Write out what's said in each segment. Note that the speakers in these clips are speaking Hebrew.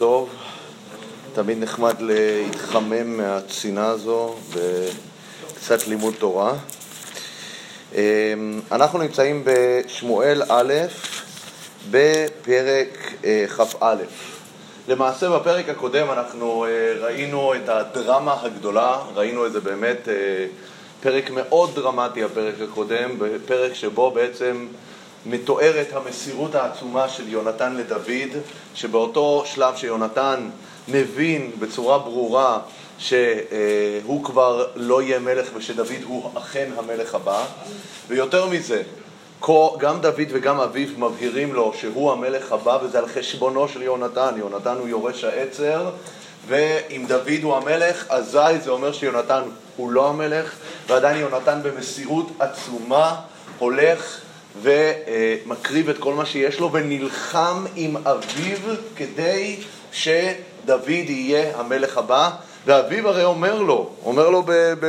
טוב, תמיד נחמד להתחמם מהצינה הזו וקצת לימוד תורה. אנחנו נמצאים בשמואל א' בפרק כ"א. למעשה בפרק הקודם אנחנו ראינו את הדרמה הגדולה, ראינו את זה באמת פרק מאוד דרמטי הפרק הקודם, בפרק שבו בעצם מתוארת המסירות העצומה של יונתן לדוד, שבאותו שלב שיונתן מבין בצורה ברורה שהוא כבר לא יהיה מלך ושדוד הוא אכן המלך הבא, ויותר מזה, גם דוד וגם אביו מבהירים לו שהוא המלך הבא, וזה על חשבונו של יונתן. יונתן הוא יורש העצר, ואם דוד הוא המלך, אזי זה אומר שיונתן הוא לא המלך, ועדיין יונתן במסירות עצומה הולך ומקריב את כל מה שיש לו ונלחם עם אביו כדי שדוד יהיה המלך הבא. ואביו הרי אומר לו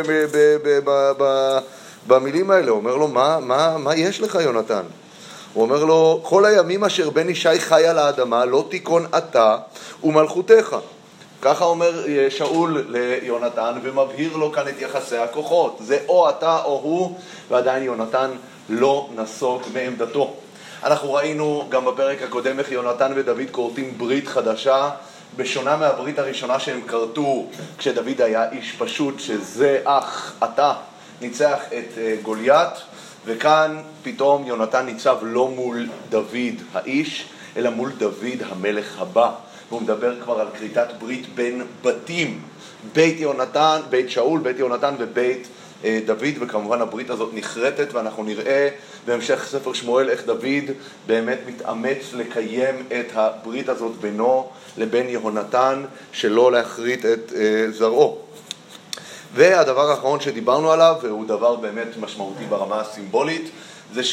במילים האלה, אומר לו, מה יש לך יונתן? הוא אומר לו, כל הימים אשר בן ישי חי על האדמה לא תיכון אתה ומלכותך. ככה אומר שאול ליונתן ומבהיר לו כאן את יחסי הכוחות, זה או אתה או הוא, ועדיין יונתן לא נסוג מעמדתו. אנחנו ראינו גם בפרק הקודם איך יונתן ודוד כורתים ברית חדשה, בשונה מהברית הראשונה שהם כרתו כשדוד היה איש פשוט, שזה אך אתה ניצח את גוליית, וכאן פתאום יונתן ניצב לא מול דוד האיש, אלא מול דוד המלך הבא. והוא מדבר כבר על כריתת ברית בין בתים, בית שאול, בית יונתן ובית דוד, וכמובן הברית הזאת נחרטת, ואנחנו נראה בהמשך ספר שמואל איך דוד באמת מתאמץ לקיים את הברית הזאת בינו לבין יהונתן, שלא להחריט את זרעו. והדבר האחרון שדיברנו עליו, והוא דבר באמת משמעותי ברמה הסימבולית, זה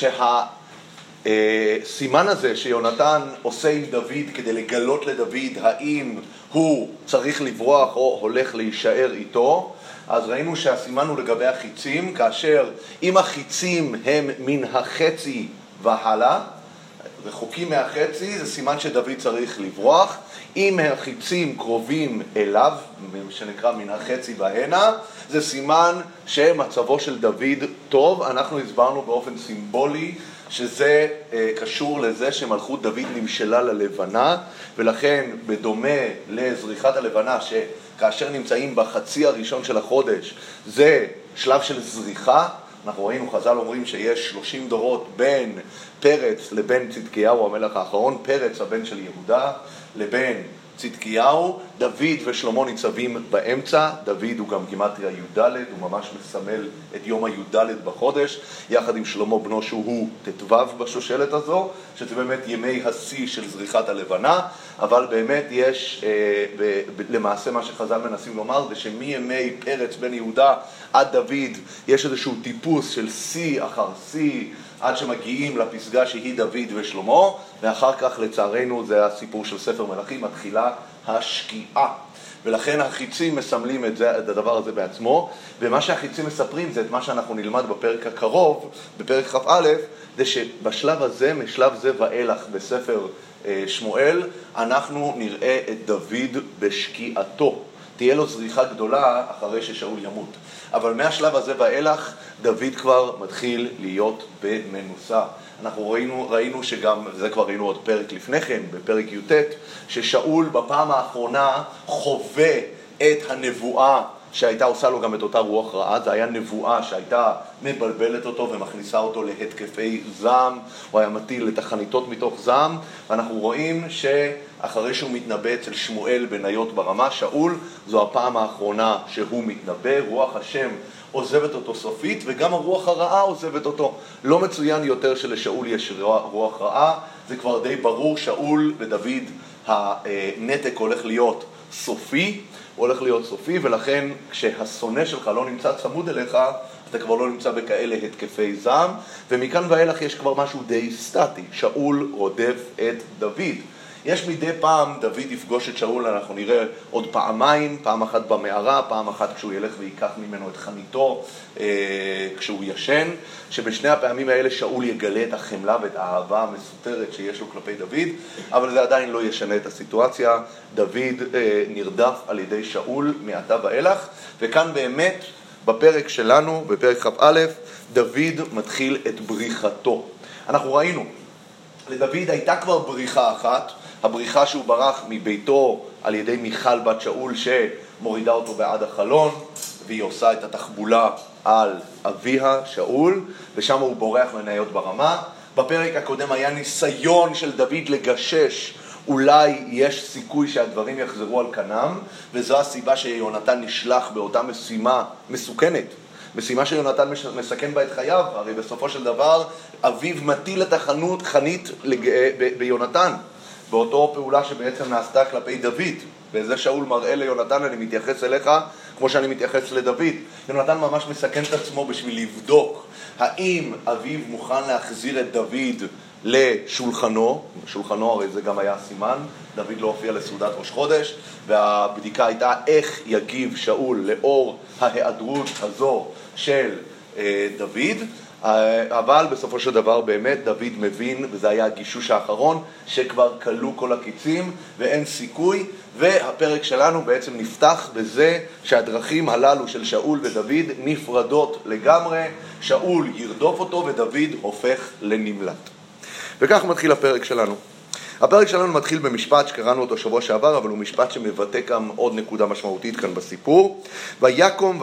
הסימן הזה שיונתן עושה עם דוד כדי לגלות לדוד האם הוא צריך לברוח או הולך להישאר איתו. אז ראינו שהסימן הוא לגבי החיצים, כאשר אם החיצים הם מן החצי והלאה, רחוקים מהחצי, זה סימן שדוד צריך לברוח. אם החיצים קרובים אליו, שנקרא מן החצי והנה, זה סימן שמצבו של דוד טוב. אנחנו הסברנו באופן סימבולי שזה קשור לזה שמלכות דוד נמשלה ללבנה, ולכן בדומה לזריחת הלבנה, שכאשר נמצאים בחצי הראשון של החודש, זה שלב של זריחה. אנחנו ראינו, חז"ל אומרים שיש 30 דורות בין פרץ לבין צדקיהו המלך האחרון, פרץ הבן של יהודה לבין צדקיהו, דוד ושלמה ניצבים באמצע. דוד הוא גם גימטריה י"ד, הוא ממש מסמל את יום הי"ד בחודש, יחד עם שלמה בנו שהוא ט"ו בשושלת הזו, שזה באמת ימי השיא של זריחת הלבנה. אבל באמת יש, למעשה מה שחז"ל מנסים לומר זה שמימי פרץ בן יהודה עד דוד יש איזשהו טיפוס של שיא אחר שיא, עד שמגיעים לפסגה שהיא דוד ושלמה, ואחר כך לצערנו זה הסיפור של ספר מלכים, מתחילה השקיעה. ולכן החיצים מסמלים את הדבר הזה בעצמו, ומה שהחיצים מספרים זה את מה שאנחנו נלמד בפרק הקרוב, בפרק כ"א, זה שבשלב הזה, משלב זה ואילך בספר שמואל, אנחנו נראה את דוד בשקיעתו. תהיה לו זריחה גדולה אחרי ששאול ימות. אבל מהשלב הזה ואילך, דוד כבר מתחיל להיות במנוסה. אנחנו ראינו שגם, זה כבר ראינו עוד פרק לפני כן, בפרק י"ט, ששאול בפעם האחרונה חווה את הנבואה שהייתה עושה לו גם את אותה רוח רעה. זה היה נבואה שהייתה מבלבלת אותו ומכניסה אותו להתקפי זעם, הוא היה מטיל את החניתות מתוך זעם, ואנחנו רואים שאחרי שהוא מתנבא אצל שמואל בניות ברמה, שאול, זו הפעם האחרונה שהוא מתנבא, רוח השם עוזבת אותו סופית, וגם הרוח הרעה עוזבת אותו. לא מצוין יותר שלשאול יש רוח רעה, זה כבר די ברור, שאול ודוד הנתק הולך להיות סופי, ולכן כשהשונא שלך לא נמצא צמוד אליך, אתה כבר לא נמצא בכאלה התקפי זעם, ומכאן ואילך יש כבר משהו די סטטי. שאול רודף את דוד. יש מדי פעם דוד יפגוש את שאול, אנחנו נראה עוד פעמיים, פעם אחת במערה, פעם אחת כשהוא ילך ויקח ממנו את חניתו כשהוא ישן, שבשני הפעמים האלה שאול יגלה את החמלה ואת האהבה המסותרת שיש לו כלפי דוד, אבל זה עדיין לא ישנה את הסיטואציה. דוד נרדף על ידי שאול מעתה ואילך, וכאן באמת בפרק שלנו, בפרק כ"א, דוד מתחיל את בריחתו. אנחנו ראינו, לדוד הייתה כבר בריחה אחת, הבריחה שהוא ברח מביתו על ידי מיכל בת שאול שמורידה אותו בעד החלון, והיא עושה את התחבולה על אביה שאול, ושם הוא בורח מניות ברמה. בפרק הקודם היה ניסיון של דוד לגשש, אולי יש סיכוי שהדברים יחזרו על כנם, וזו הסיבה שיונתן נשלח באותה משימה מסוכנת. משימה שיונתן מסכן בה את חייו, הרי בסופו של דבר אביו מטיל את חנית ביונתן, באותו פעולה שבעצם נעשתה כלפי דוד. וזה שאול מראה ליונתן, אני מתייחס אליך כמו שאני מתייחס לדוד. יונתן ממש מסכן את עצמו בשביל לבדוק האם אביו מוכן להחזיר את דוד לשולחנו, שולחנו הרי זה גם היה סימן, דוד לא הופיע לסעודת ראש חודש, והבדיקה הייתה איך יגיב שאול לאור ההיעדרות הזו של דוד, אבל בסופו של דבר באמת דוד מבין, וזה היה הגישוש האחרון, שכבר קלו כל הקיצים ואין סיכוי, והפרק שלנו בעצם נפתח בזה שהדרכים הללו של שאול ודוד נפרדות לגמרי, שאול ירדוף אותו ודוד הופך לנמלט. וכך מתחיל הפרק שלנו. הפרק שלנו מתחיל במשפט שקראנו אותו שבוע שעבר, אבל הוא משפט שמבטא גם עוד נקודה משמעותית כאן בסיפור. ויקום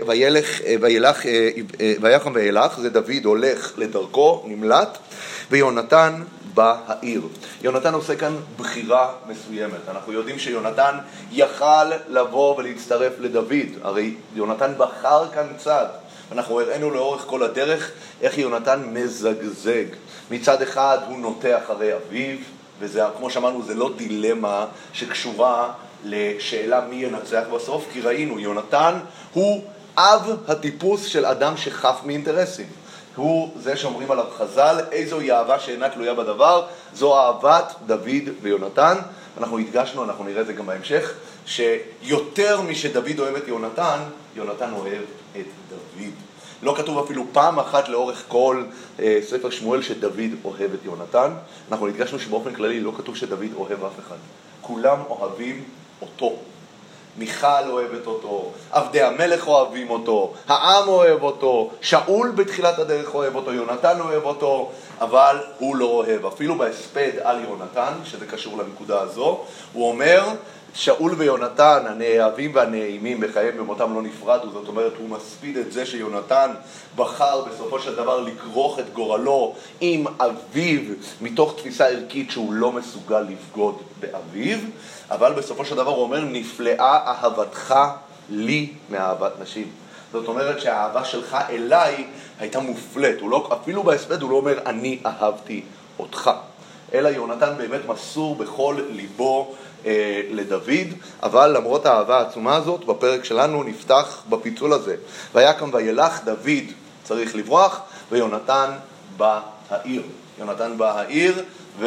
וילך, זה דוד הולך לדרכו, נמלט, ויונתן בא העיר. יונתן עושה כאן בחירה מסוימת. אנחנו יודעים שיונתן יכל לבוא ולהצטרף לדוד, הרי יונתן בחר כאן צד. אנחנו הראינו לאורך כל הדרך איך יונתן מזגזג. מצד אחד הוא נוטה אחרי אביו, וזה, כמו שאמרנו, זה לא דילמה שקשורה לשאלה מי ינצח בסוף, כי ראינו, יונתן הוא אב הטיפוס של אדם שחף מאינטרסים. הוא זה שאומרים עליו חז"ל, איזוהי אהבה שאינה תלויה בדבר, זו אהבת דוד ויונתן. אנחנו הדגשנו, אנחנו נראה את זה גם בהמשך, שיותר משדוד אוהב את יונתן, יונתן אוהב את דוד. לא כתוב אפילו פעם אחת לאורך כל ספר שמואל שדוד אוהב את יונתן. אנחנו הדגשנו שבאופן כללי לא כתוב שדוד אוהב אף אחד. כולם אוהבים אותו. מיכל אוהבת אותו, עבדי המלך אוהבים אותו, העם אוהב אותו, שאול בתחילת הדרך אוהב אותו, יונתן אוהב אותו, אבל הוא לא אוהב. אפילו בהספד על יונתן, שזה קשור לנקודה הזו, הוא אומר, שאול ויונתן, הנאהבים והנעימים בחייהם במותם לא נפרדו. זאת אומרת, הוא מספיד את זה שיונתן בחר בסופו של דבר לכרוך את גורלו עם אביו, מתוך תפיסה ערכית שהוא לא מסוגל לבגוד באביו, אבל בסופו של דבר הוא אומר, נפלאה אהבתך לי מאהבת נשים. זאת אומרת שהאהבה שלך אליי הייתה מופלט. אפילו בהספד הוא לא אומר, אני אהבתי אותך. אלא יונתן באמת מסור בכל ליבו לדוד, אבל למרות האהבה העצומה הזאת, בפרק שלנו נפתח בפיצול הזה. ויקם וילך, דוד צריך לברוח, ויונתן בא העיר. יונתן בא העיר,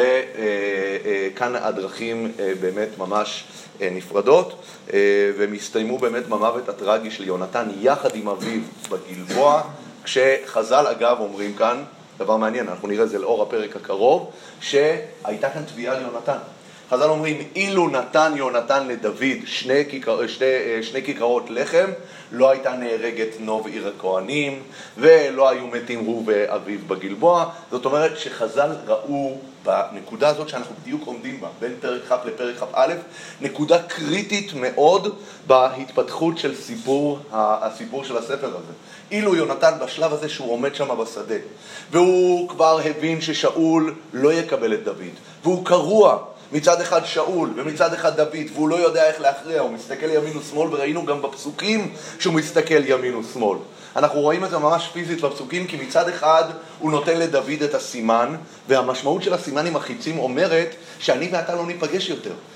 וכאן הדרכים באמת ממש נפרדות, ומסתיימו באמת במוות הטרגי של יונתן יחד עם אביו בגלבוע, כשחז"ל אגב אומרים כאן, דבר מעניין, אנחנו נראה זה לאור הפרק הקרוב, שהייתה כאן תביעה ליונתן. חז"ל אומרים, אילו נתן יונתן לדוד שני כיכרות לחם, לא הייתה נהרגת נוב עיר הכהנים, ולא היו מתים הוא ואביו בגלבוע. זאת אומרת שחז"ל ראו בנקודה הזאת שאנחנו בדיוק עומדים בה, בין פרק כ' לפרק כ"א, נקודה קריטית מאוד בהתפתחות של הסיפור של הספר הזה. אילו יונתן בשלב הזה שהוא עומד שם בשדה, והוא כבר הבין ששאול לא יקבל את דוד, והוא קרוע, מצד אחד שאול ומצד אחד דוד, והוא לא יודע איך להכריע, הוא מסתכל ימין ושמאל, וראינו גם בפסוקים שהוא מסתכל ימין ושמאל. אנחנו רואים את זה ממש פיזית בפסוקים, כי מצד אחד הוא נותן לדוד את הסימן, והמשמעות של הסימן עם החיצים אומרת שאני ואתה לא ניפגש יותר.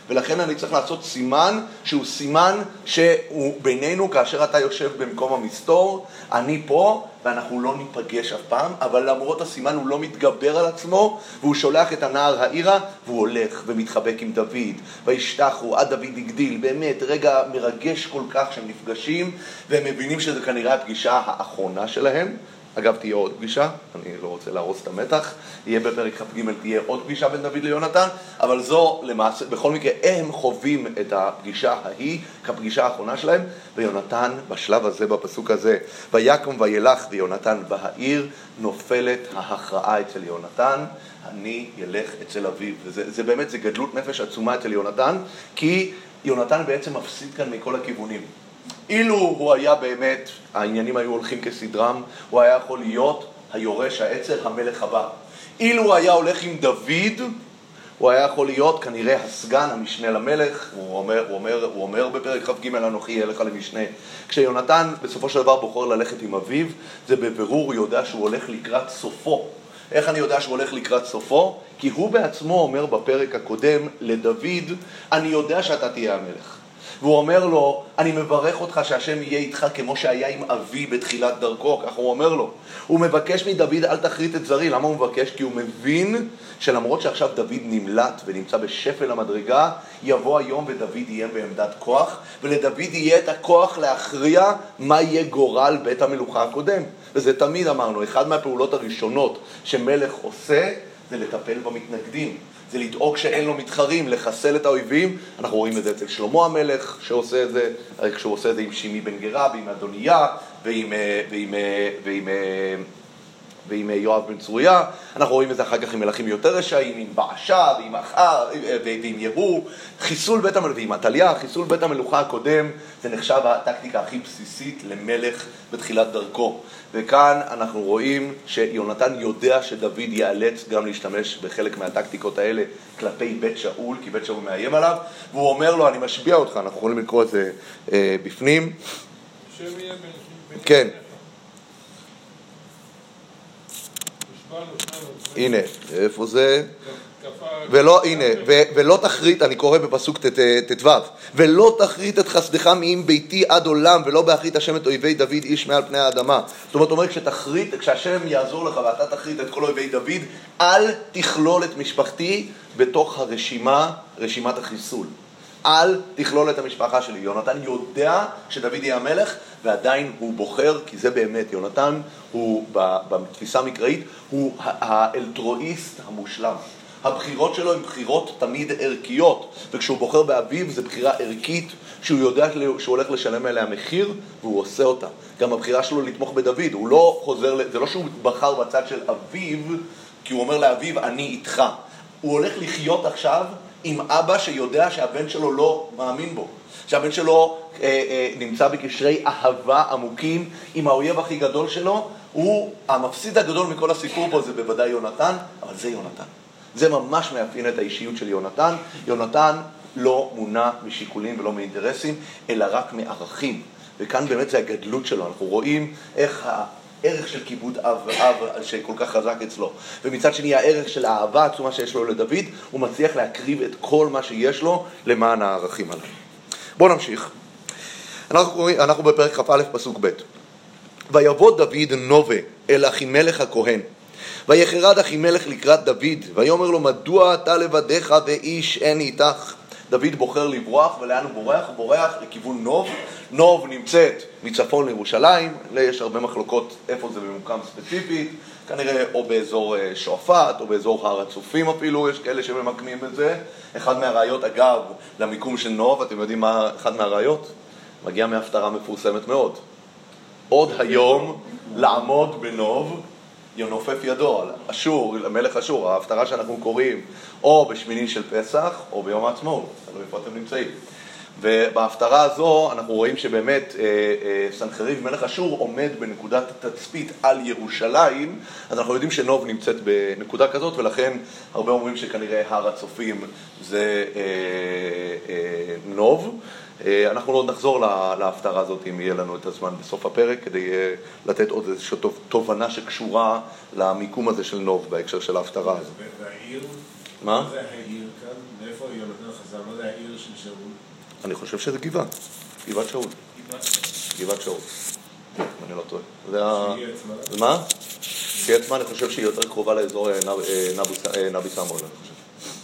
ולכן אני צריך לעשות סימן שהוא סימן שהוא בינינו כאשר אתה יושב במקום המסתור, אני פה ואנחנו לא ניפגש אף פעם, אבל למרות הסימן הוא לא מתגבר על עצמו, והוא שולח את הנער העירה, והוא הולך ומתחבק עם דוד, וישתחו עד דוד הגדיל, באמת רגע מרגש כל כך שהם נפגשים, והם מבינים שזה כנראה הפגישה האחרונה שלהם. אגב, תהיה עוד פגישה, אני לא רוצה להרוס את המתח, יהיה בפרק כ"ג, תהיה עוד פגישה בין דוד ליונתן, אבל זו למעשה, בכל מקרה, הם חווים את הפגישה ההיא כפגישה האחרונה שלהם, ויונתן בשלב הזה, בפסוק הזה, ויקום וילך ויונתן בהעיר, נופלת ההכרעה אצל יונתן, אני ילך אצל אביו. וזה באמת, זה גדלות נפש עצומה אצל יונתן, כי יונתן בעצם מפסיד כאן מכל הכיוונים. אילו הוא היה באמת, העניינים היו הולכים כסדרם, הוא היה יכול להיות היורש העצר, המלך הבא. אילו הוא היה הולך עם דוד, הוא היה יכול להיות כנראה הסגן, המשנה למלך. הוא אומר בפרק כ"ג, אנוכי יהיה לך למשנה. כשיונתן בסופו של דבר בוחר ללכת עם אביו, זה בבירור הוא יודע שהוא הולך לקראת סופו. איך אני יודע שהוא הולך לקראת סופו? כי הוא בעצמו אומר בפרק הקודם לדוד, אני יודע שאתה תהיה המלך. והוא אומר לו, אני מברך אותך שהשם יהיה איתך כמו שהיה עם אבי בתחילת דרכו, כך הוא אומר לו. הוא מבקש מדוד, אל תחריט את זרי. למה הוא מבקש? כי הוא מבין שלמרות שעכשיו דוד נמלט ונמצא בשפל המדרגה, יבוא היום ודוד יהיה בעמדת כוח, ולדוד יהיה את הכוח להכריע מה יהיה גורל בית המלוכה הקודם. וזה תמיד אמרנו, אחד מהפעולות הראשונות שמלך עושה, זה לטפל במתנגדים. זה לדאוג שאין לו מתחרים, לחסל את האויבים. אנחנו רואים את זה אצל שלמה המלך שעושה את זה, כשהוא עושה את זה עם שימי בן גרה ועם אדוניה ועם יואב בן צרויה. אנחנו רואים את זה אחר כך עם מלכים יותר רשעים, עם בעשה ועם אחר ועם יהוא, חיסול בית המלוכה, ועם עתליה, חיסול בית המלוכה הקודם. זה נחשב הטקטיקה הכי בסיסית למלך בתחילת דרכו. וכאן אנחנו רואים שיונתן יודע שדוד ייאלץ גם להשתמש בחלק מהטקטיקות האלה כלפי בית שאול, כי בית שאול מאיים עליו, והוא אומר לו, אני משביע אותך. אנחנו יכולים לקרוא את זה בפנים. כן. הנה, איפה זה? ולא, הנה, ולא תחריט, אני קורא בפסוק תתו, ולא תחריט את חסדך מעם ביתי עד עולם, ולא באחרית השם את אויבי דוד איש מעל פני האדמה. זאת אומרת, כשהשם יעזור לך ואתה תחריט את כל אויבי דוד, אל תכלול את משפחתי בתוך רשימת החיסול. אל תכלול את המשפחה שלי. יונתן יודע שדוד יהיה המלך, ועדיין הוא בוחר, כי זה באמת, יונתן הוא, בתפיסה מקראית, הוא האלטרואיסט המושלם. הבחירות שלו הן בחירות תמיד ערכיות, וכשהוא בוחר באביו זה בחירה ערכית, שהוא יודע שהוא הולך לשלם עליה מחיר, והוא עושה אותה. גם הבחירה שלו לתמוך בדוד, הוא לא חוזר, זה לא שהוא בחר בצד של אביו, כי הוא אומר לאביו, אני איתך. הוא הולך לחיות עכשיו עם אבא שיודע שהבן שלו לא מאמין בו, שהבן שלו נמצא בקשרי אהבה עמוקים עם האויב הכי גדול שלו. הוא המפסיד הגדול מכל הסיפור פה, זה בוודאי יונתן, אבל זה יונתן. זה ממש מאפיין את האישיות של יונתן. יונתן לא מונע משיקולים ולא מאינטרסים, אלא רק מערכים. וכאן באמת זה הגדלות שלו. אנחנו רואים איך הערך של כיבוד אב ואב שכל כך חזק אצלו. ומצד שני הערך של האהבה העצומה שיש לו לדוד, הוא מצליח להקריב את כל מה שיש לו למען הערכים עליו. בואו נמשיך. אנחנו בפרק כ"א פסוק ב'. ויבוא דוד נובה אל אחימלך הכהן, ויחרד אחימלך לקראת דוד, ויאמר לו, מדוע אתה לבדך ואיש אין איתך? דוד בוחר לברוח, ולאן הוא בורח? הוא בורח לכיוון נוב. נוב נמצאת מצפון לירושלים, יש הרבה מחלוקות איפה זה במוקם ספציפית, כנראה או באזור שועפאט או באזור הר הצופים אפילו, יש כאלה שממקמים את זה. אחד מהראיות אגב למיקום של נוב, אתם יודעים מה אחד מהראיות? מגיע מהפטרה מפורסמת מאוד. עוד היום לעמוד בנוב ינופף ידו על אשור, מלך אשור, ההפטרה שאנחנו קוראים או בשמיני של פסח או ביום העצמאות, תלוי איפה אתם נמצאים. ובהפטרה הזו אנחנו רואים שבאמת סנחריב מלך אשור עומד בנקודת תצפית על ירושלים, אז אנחנו יודעים שנוב נמצאת בנקודה כזאת, ולכן הרבה אומרים שכנראה הר הצופים זה נוב. אנחנו לא נחזור להפטרה הזאת אם יהיה לנו את הזמן בסוף הפרק, כדי לתת עוד איזושהי תובנה שקשורה למיקום הזה של נוב בהקשר של ההפטרה הזאת. והעיר? מה? זה העיר כאן? מאיפה יונתן חזר? מה זה העיר אני חושב שזה גבעה. גבעת שאול. גבעת שאול. אני לא טועה. זה מה? שהיא עצמה, אני חושב שהיא יותר קרובה לאזור נבי סמואל, אני חושב.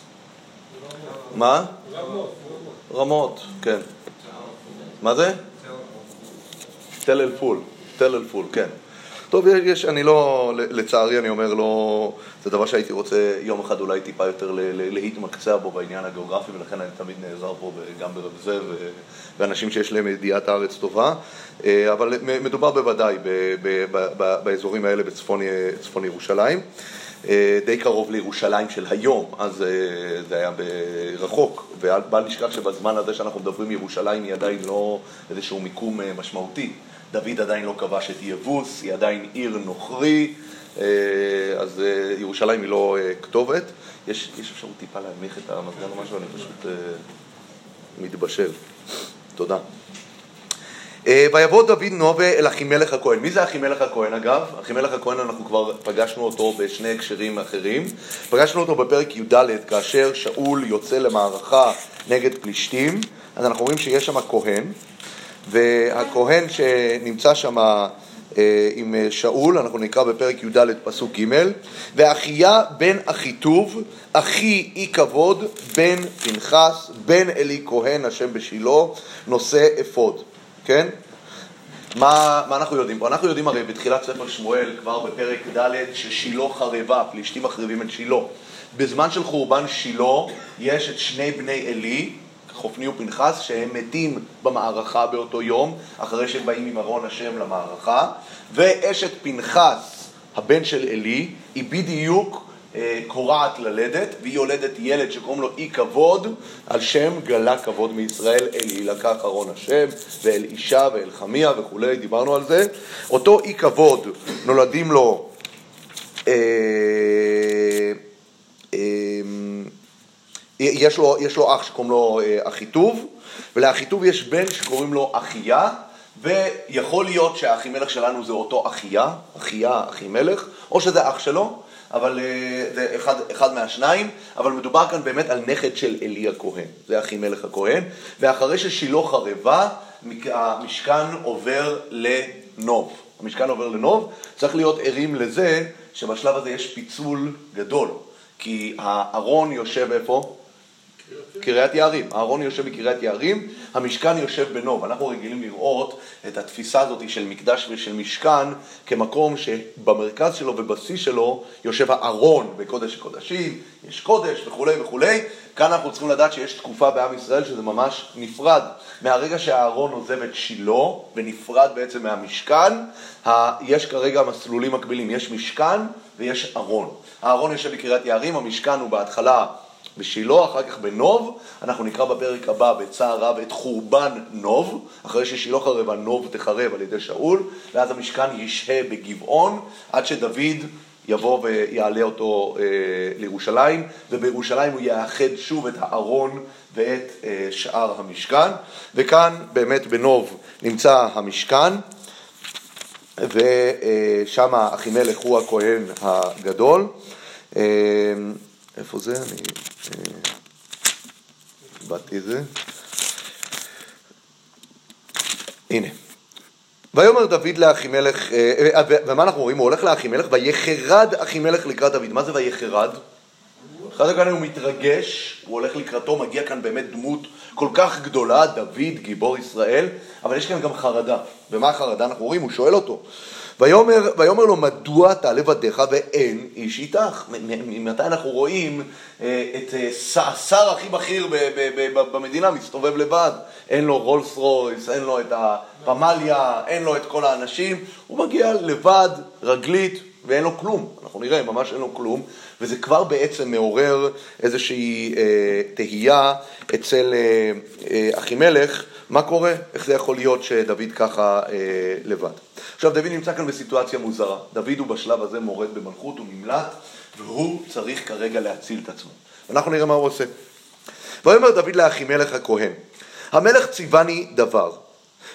מה? רמות, כן. מה זה? תל אל פול. תל אל פול, כן. טוב, אני לא, לצערי אני אומר לא, זה דבר שהייתי רוצה יום אחד אולי טיפה יותר להתמקצע בו בעניין הגיאוגרפי, ולכן אני תמיד נעזר פה גם ברב זה ואנשים שיש להם ידיעת הארץ טובה, אבל מדובר בוודאי באזורים האלה בצפון ירושלים, די קרוב לירושלים של היום, אז זה היה רחוק, ובל נשכח שבזמן הזה שאנחנו מדברים ירושלים היא עדיין לא איזשהו מיקום משמעותי. דוד עדיין לא כבש את יבוס, היא עדיין עיר נוכרי, אז ירושלים היא לא כתובת. יש אפשרות טיפה להנמיך את המזגן או משהו, אני פשוט מתבשל. תודה. ויבוא דוד נובה אל אחימלך הכהן. מי זה אחימלך הכהן אגב? אחימלך הכהן אנחנו כבר פגשנו אותו בשני הקשרים אחרים. פגשנו אותו בפרק י"ד כאשר שאול יוצא למערכה נגד פלישתים. אז אנחנו רואים שיש שם כהן. והכהן שנמצא שם עם שאול, אנחנו נקרא בפרק י"ד פסוק ג' ואחיה בן אחיטוב, אחי אי כבוד, בן פנחס, בן אלי כהן השם בשילה, נושא אפוד. כן? מה אנחנו יודעים פה? אנחנו יודעים הרי בתחילת ספר שמואל, כבר בפרק ד' ששילה חרבה, פלישתים מחריבים את שילה. בזמן של חורבן שילה יש את שני בני אלי, חופני ופנחס, שהם מתים במערכה באותו יום, אחרי שהם באים עם ארון השם למערכה, ואשת פנחס, הבן של אלי, היא בדיוק קורעת ללדת, והיא יולדת ילד שקוראים לו אי כבוד, על שם גלה כבוד מישראל. אלי לקח ארון השם, ואל אישה ואל חמיה וכו', דיברנו על זה. אותו אי כבוד נולדים לו יש לו אח שקוראים לו אחיטוב, ולאחיטוב יש בן שקוראים לו אחיה, ויכול להיות שהאחימלך שלנו זה אותו אחיה, אחימלך, או שזה אח שלו, אבל זה אחד מהשניים, אבל מדובר כאן באמת על נכד של אלי הכהן, זה אחימלך הכהן, ואחרי ששילה חרבה, המשכן עובר לנוב. המשכן עובר לנוב, צריך להיות ערים לזה שבשלב הזה יש פיצול גדול, כי הארון יושב איפה? קריית יערים. הארון יושב בקריית יערים, המשכן יושב בנוב. אנחנו רגילים לראות את התפיסה הזאת של מקדש ושל משכן כמקום שבמרכז שלו ובשיא שלו יושב הארון בקודש הקודשים, יש קודש וכו' וכו'. כאן אנחנו צריכים לדעת שיש תקופה בעם ישראל שזה ממש נפרד. מהרגע שהארון עוזב את שילה ונפרד בעצם מהמשכן, יש כרגע מסלולים מקבילים, יש משכן ויש ארון. הארון יושב בקריית יערים, המשכן הוא בהתחלה בשילה, אחר כך בנוב. אנחנו נקרא בפרק הבא בצער רב את חורבן נוב, אחרי ששילה חרבה נוב תחרב על ידי שאול, ואז המשכן ישהה בגבעון עד שדוד יבוא ויעלה אותו לירושלים, ובירושלים הוא יאחד שוב את הארון ואת שאר המשכן. וכאן באמת בנוב נמצא המשכן, ושם אחימלך הוא הכהן הגדול. איפה זה? אני באתי את זה. הנה. ויאמר דוד לאחימלך, ומה אנחנו רואים? הוא הולך לאחימלך, ויחרד אחימלך לקראת דוד. מה זה ויחרד? אחד כאן הוא מתרגש, הוא הולך לקראתו, מגיע כאן באמת דמות כל כך גדולה, דוד, גיבור ישראל, אבל יש כאן גם חרדה. ומה החרדה? אנחנו רואים, הוא שואל אותו. ויאמר לו, מדוע תעלה בדיך ואין איש איתך? ממתי אנחנו רואים את השר הכי בכיר במדינה מסתובב לבד? אין לו רולס רויס, אין לו את הפמליה, אין לו את כל האנשים, הוא מגיע לבד, רגלית, ואין לו כלום. אנחנו נראה, ממש אין לו כלום, וזה כבר בעצם מעורר איזושהי תהייה אצל אחימלך, מה קורה? איך זה יכול להיות שדוד ככה לבד? עכשיו, דוד נמצא כאן בסיטואציה מוזרה. דוד הוא בשלב הזה מורד במלכות, הוא נמלט, והוא צריך כרגע להציל את עצמו. אנחנו נראה מה הוא עושה. ויאמר דוד לאחימלך הכהן, המלך ציווני דבר,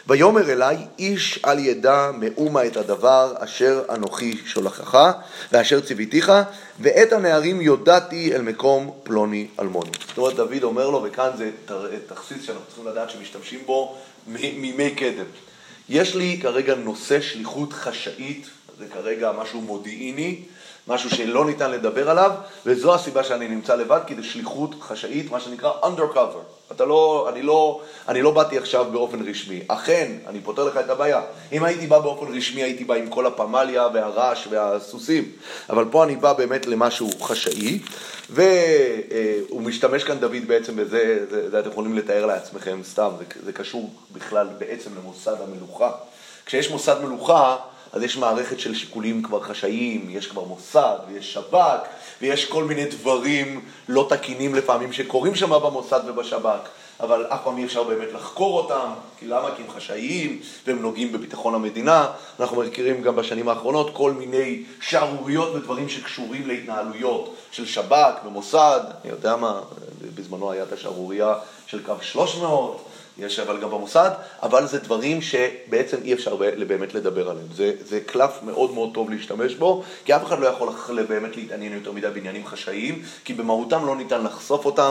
ויאמר אלי, איש אל ידע מאומה את הדבר אשר אנוכי שולחך, ואשר ציוויתיך, ואת הנערים יודעתי אל מקום פלוני אלמוני. זאת אומרת, דוד אומר לו, וכאן זה תכסיס שאנחנו צריכים לדעת שמשתמשים בו מימי קדם. יש לי כרגע נושא שליחות חשאית, זה כרגע משהו מודיעיני, משהו שלא ניתן לדבר עליו, וזו הסיבה שאני נמצא לבד, כי זה שליחות חשאית, מה שנקרא undercover. אני לא באתי עכשיו באופן רשמי. אכן, אני פותר לך את הבעיה. אם הייתי בא באופן רשמי, הייתי בא עם כל הפמליה והרעש והסוסים. אבל פה אני בא באמת למשהו חשאי, והוא משתמש כאן דוד בעצם בזה, זה אתם יכולים לתאר לעצמכם סתם, זה קשור בכלל בעצם למוסד המלוכה. כשיש מוסד מלוכה, אז יש מערכת של שיקולים כבר חשאיים, יש כבר מוסד, ויש שב"כ, ויש כל מיני דברים לא תקינים לפעמים שקורים שם במוסד ובשב"כ, אבל אף פעם אי אפשר באמת לחקור אותם, כי למה? כי הם חשאיים, והם נוגעים בביטחון המדינה. אנחנו מכירים גם בשנים האחרונות כל מיני שערוריות ודברים שקשורים להתנהלויות של שב"כ ומוסד. אני יודע מה, בזמנו היה את השערוריה של קו 300, יש אבל גם במוסד, אבל זה דברים שבעצם אי אפשר באמת לדבר עליהם. זה קלף מאוד מאוד טוב להשתמש בו, כי אף אחד לא יכול באמת להתעניין יותר מדי בעניינים חשאיים, כי במהותם לא ניתן לחשוף אותם,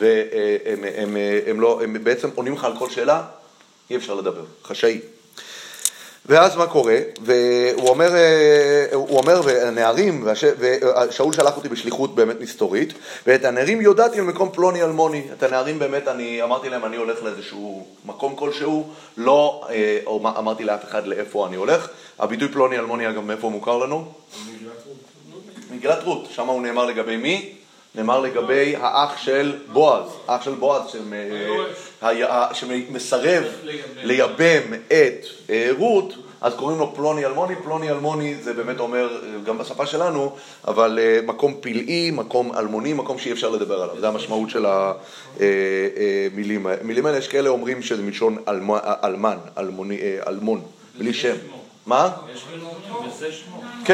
והם בעצם עונים לך על כל שאלה, אי אפשר לדבר, חשאי. ואז מה קורה? והוא אומר, והנערים, ושאול שלח אותי בשליחות באמת מסתורית, ואת הנערים יודעתי על מקום פלוני אלמוני. את הנערים באמת, אני אמרתי להם, אני הולך לאיזשהו מקום כלשהו, לא אמרתי לאף אחד לאיפה אני הולך. הביטוי פלוני אלמוני, אגב, מאיפה הוא מוכר לנו? מגילת רות. שם הוא נאמר לגבי מי? נאמר לגבי האח של בועז, האח של בועז שמסרב לייבם את רות, אז קוראים לו פלוני אלמוני. פלוני אלמוני זה באמת אומר, גם בשפה שלנו, אבל מקום פלאי, מקום אלמוני, מקום שאי אפשר לדבר עליו. זה המשמעות של המילים. מילים האלה, יש כאלה אומרים שזה מלשון אלמן, אלמון, בלי שם. מה? יש כאלה וזה שמו. כן.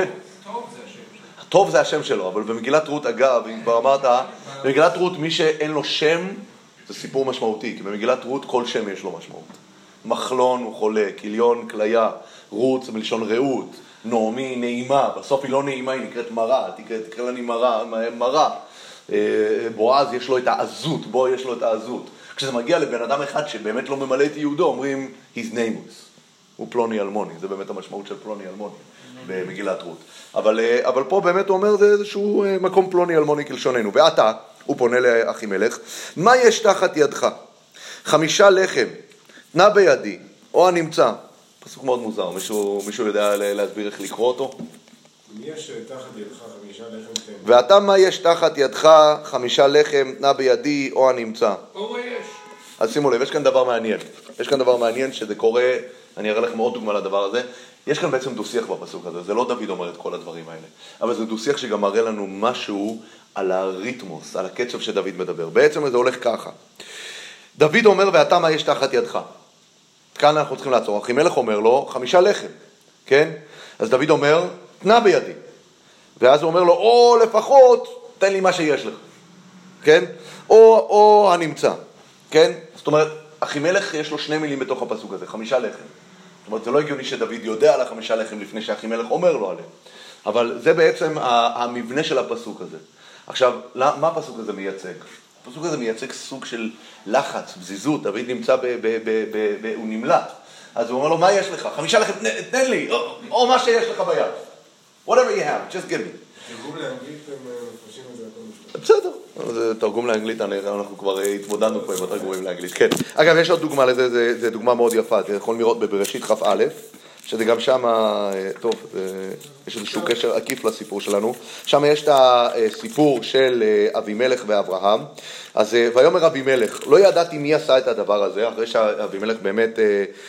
טוב זה השם שלו, אבל במגילת רות, אגב, אם כבר אמרת, במגילת רות מי שאין לו שם, זה סיפור משמעותי, כי במגילת רות כל שם יש לו משמעות. מחלון הוא חולה, כיליון, כליה, רות זה מלשון רעות, נעמי, נעימה, בסוף היא לא נעימה, היא נקראת מרה, תקרא לה מרה. בועז יש לו את העזות, בו יש לו את העזות. כשזה מגיע לבן אדם אחד שבאמת לא ממלא את יהודו, אומרים, his name is. הוא פלוני אלמוני, זה באמת המשמעות של פלוני אלמוני במגילת רות. אבל פה באמת הוא אומר, זה איזשהו מקום פלוני אלמוני כלשוננו. ועתה, הוא פונה לאחימלך, מה יש תחת ידך? 5 לחם, נע בידי, או הנמצא. פסוק מאוד מוזר, מישהו יודע להסביר איך לקרוא אותו? מי יש תחת ידך 5 לחם תן? ועתה מה יש תחת ידך? 5 לחם, נע בידי, או הנמצא. או מה יש? אז שימו לב, יש כאן דבר מעניין. יש כאן דבר מעניין שזה קורה, אני אראה לכם עוד דוגמה לדבר הזה. יש כאן בעצם דו-שיח בפסוק הזה, זה לא דוד אומר את כל הדברים האלה, אבל זה דו-שיח שגם מראה לנו משהו על הריתמוס, על הקצב שדוד מדבר. בעצם זה הולך ככה. דוד אומר, ואתה מה יש תחת ידך? כאן אנחנו צריכים לעצור. אחימלך אומר לו, 5 לחם, כן? אז דוד אומר, תנה בידי. ואז הוא אומר לו, או לפחות, תן לי מה שיש לך, כן? או הנמצא, כן? זאת אומרת, אחימלך יש לו 2 מילים בתוך הפסוק הזה, 5 לחם. זאת אומרת, זה לא הגיוני שדוד יודע על 5 לחם לפני שאחימלך אומר לו עליהם. אבל זה בעצם המבנה של הפסוק הזה. עכשיו, מה הפסוק הזה מייצג? הפסוק הזה מייצג סוג של לחץ, בזיזות. דוד נמצא הוא נמלט. אז הוא אומר לו, מה יש לך? 5 לחם, תן לי, או מה שיש לך ביד. Whatever you have, just give me. תרגום לאנגלית הם מפרשים את זה הכל משתנה. בסדר, זה תרגום לאנגלית, אנחנו כבר התמודדנו פה עם התרגומים לאנגלית, כן. אגב, יש עוד דוגמה לזה, זה דוגמה מאוד יפה, אתם יכולים לראות בבראשית כ"א, שזה גם שם, טוב, יש איזשהו קשר עקיף לסיפור שלנו, שם יש את הסיפור של אבימלך ואברהם, אז ויאמר אבימלך, לא ידעתי מי עשה את הדבר הזה, אחרי שאבימלך באמת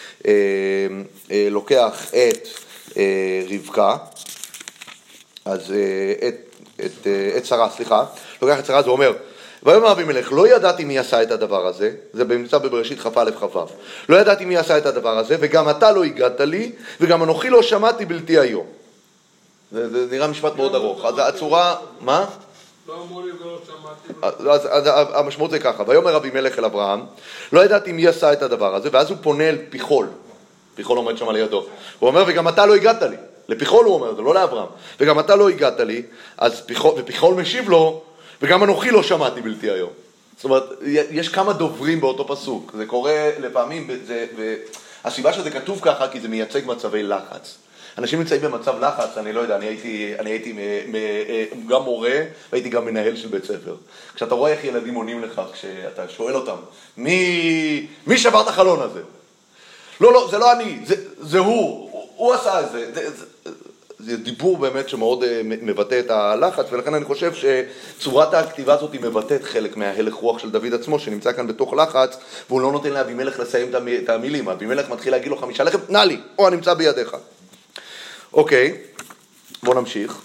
לוקח את רבקה, אז את שרה, סליחה, לוקח את שרה, זה אומר, ויאמר אבימלך, לא ידעתי מי עשה את הדבר הזה, זה נמצא בבראשית כ"א כ"ו, לא ידעתי מי עשה את הדבר הזה, וגם אתה לא הגעת לי, וגם אנוכי לא שמעתי בלתי היום. זה נראה משפט מאוד ארוך, אז הצורה, מה? לא אמרו לי ולא שמעתי. אז המשמעות זה ככה, ויאמר אבימלך אל אברהם, לא ידעתי מי עשה את הדבר הזה, ואז הוא פונה אל פיחול. פיחול עומד שם על ידו. הוא אומר, וגם אתה לא הגעת לי. לפיחול הוא אומר, זה לא לאברהם. וגם אתה לא הגעת לי, ופיחול משיב לו, וגם אנוכי לא שמעתי בלתי היום. זאת אומרת, יש כמה דוברים באותו פסוק. זה קורה לפעמים, הסיבה שזה כתוב ככה, כי זה מייצג מצבי לחץ. אנשים נמצאים במצב לחץ, אני לא יודע, אני הייתי גם מורה, והייתי גם מנהל של בית ספר. כשאתה רואה איך ילדים עונים לך, כשאתה שואל אותם, מי שבר את החלון הזה? לא, זה לא אני, זה הוא עשה את זה. זה דיבור באמת שמאוד מבטא את הלחץ, ולכן אני חושב שצורת הכתיבה הזאת היא מבטאת חלק מההלך רוח של דוד עצמו, שנמצא כאן בתוך לחץ, והוא לא נותן לאבימלך לסיים את המילים. אבימלך מתחיל להגיד לו 5 לחם, נע לי, או הנמצא בידיך. אוקיי, בוא נמשיך.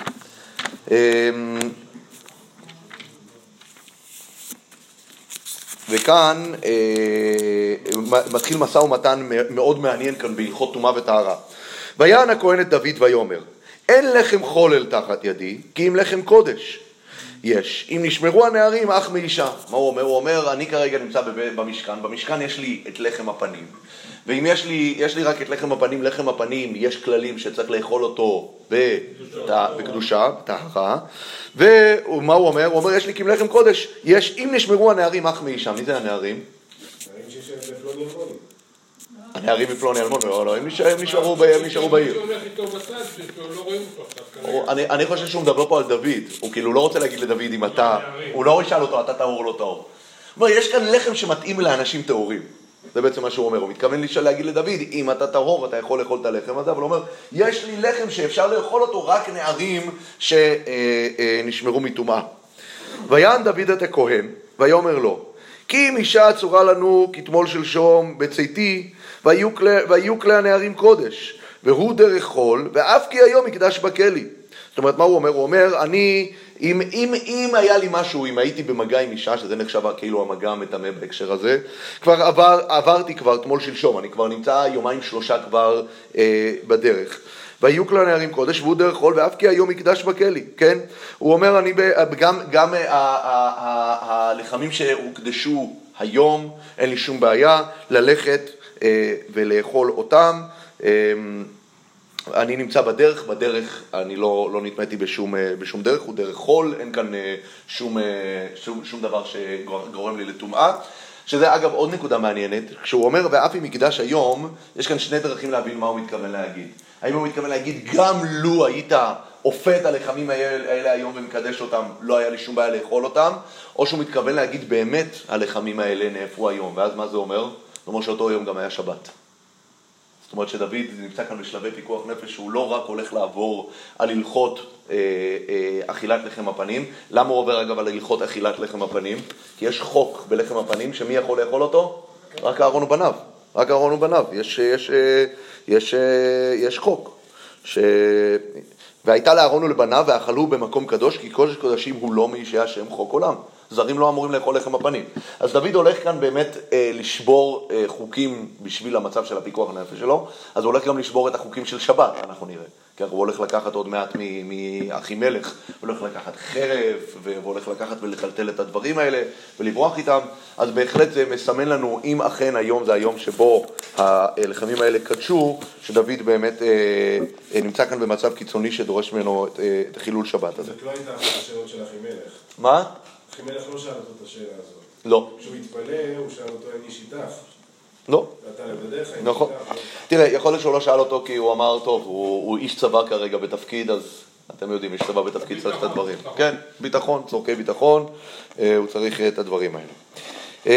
וכאן מתחיל משא ומתן מאוד מעניין כאן בהלכות טומאה וטהרה. ויען הכהן את דוד ויאמר, אין לחם חולל תחת ידי, כי אם לחם קודש יש. אם נשמרו הנערים אך מאישה. מה הוא אומר? הוא אומר, אני כרגע נמצא במשכן, במשכן יש לי את לחם הפנים. ואם יש לי רק את לחם הפנים, יש כללים שצריך לאכול אותו בקדושה, בטהרה. ומה הוא אומר? הוא אומר, יש לי כי אם לחם קודש, יש, אם נשמרו הנערים אך מאישה. מי זה הנערים? הנערים מפלוני אלמון, לא, הם נשארו בעיר. אני חושב שהוא מדבר פה על דוד, הוא כאילו לא רוצה להגיד לדוד אם אתה, הוא לא ישאל אותו, אתה טהור או לא טהור. הוא אומר, יש כאן לחם שמתאים לאנשים טהורים. זה בעצם מה שהוא אומר, הוא מתכוון להגיד לדוד, אם אתה טהור אתה יכול לאכול את הלחם הזה, אבל הוא אומר, יש לי לחם שאפשר לאכול אותו רק נערים שנשמרו מטומאה. ויען דוד את הכהן, ויאמר לו, כי אם אישה עצורה לנו כתמול שלשום בציתי, והיו כלי הנערים קודש, והוא דרך חול, ואף כי היום יקדש בכלי. זאת אומרת, מה הוא אומר? הוא אומר, אם היה לי משהו, אם הייתי במגע עם אישה, שזה נחשב כאילו המגע המטמא בהקשר הזה, כבר עברתי כבר תמול שלשום, אני כבר נמצא 2-3 כבר בדרך. והיו כלי הנערים קודש, והוא דרך חול, ואף כי היום יקדש בכלי, כן? הוא אומר, גם הלחמים שהוקדשו היום, אין לי שום בעיה ללכת ולאכול אותם. אני נמצא בדרך אני לא נתמאתי בשום דרך, הוא דרך חול, אין כאן שום דבר שגורם לי לטומאה. שזה אגב עוד נקודה מעניינת, כשהוא אומר ואף אם יקדש היום, יש כאן 2 דרכים להבין מה הוא מתכוון להגיד. האם הוא מתכוון להגיד גם לו היית אופה את הלחמים האלה היום ומקדש אותם, לא היה לי שום בעיה לאכול אותם, או שהוא מתכוון להגיד באמת הלחמים האלה נאפו היום, ואז מה זה אומר? זאת אומרת שאותו יום גם היה שבת. זאת אומרת שדוד נמצא כאן בשלבי פיקוח נפש, שהוא לא רק הולך לעבור על הלכות אכילת לחם הפנים. למה הוא עובר אגב על הלכות אכילת לחם הפנים? כי יש חוק בלחם הפנים, שמי יכול לאכול אותו? רק אהרון ובניו. רק אהרון ובניו. יש חוק. והייתה לאהרון ולבניו ואכלו במקום קדוש, כי קודש קודשים הוא לא מי שהשם חוק עולם. זרים לא אמורים לאכול לחם הפנים. אז דוד הולך כאן באמת לשבור חוקים בשביל המצב של הפיקוח הנפש שלו, אז הוא הולך גם לשבור את החוקים של שבת, אנחנו נראה. כי הוא הולך לקחת עוד מעט מאחימלך, הוא הולך לקחת חרב, והוא הולך לקחת ולטלטל את הדברים האלה, ולברוח איתם. אז בהחלט זה מסמן לנו, אם אכן היום זה היום שבו הלחמים האלה קדשו, שדוד באמת נמצא כאן במצב קיצוני שדורש ממנו את חילול שבת הזה. זאת לא הייתה השאלות של אחימלך. מה? אחימלך לא שאל אותו את השאלה הזאת. לא. כשהוא התפלא, הוא שאל אותו, אני שיתף. לא. ואתה לבדך, אני נכון. שיתף. תראה, יכול להיות שהוא לא שאל אותו כי הוא אמר, טוב, הוא איש צבא כרגע בתפקיד, אז אתם יודעים, איש צבא בתפקיד צריך את הדברים. כן, ביטחון, צורכי ביטחון, הוא צריך את הדברים האלה.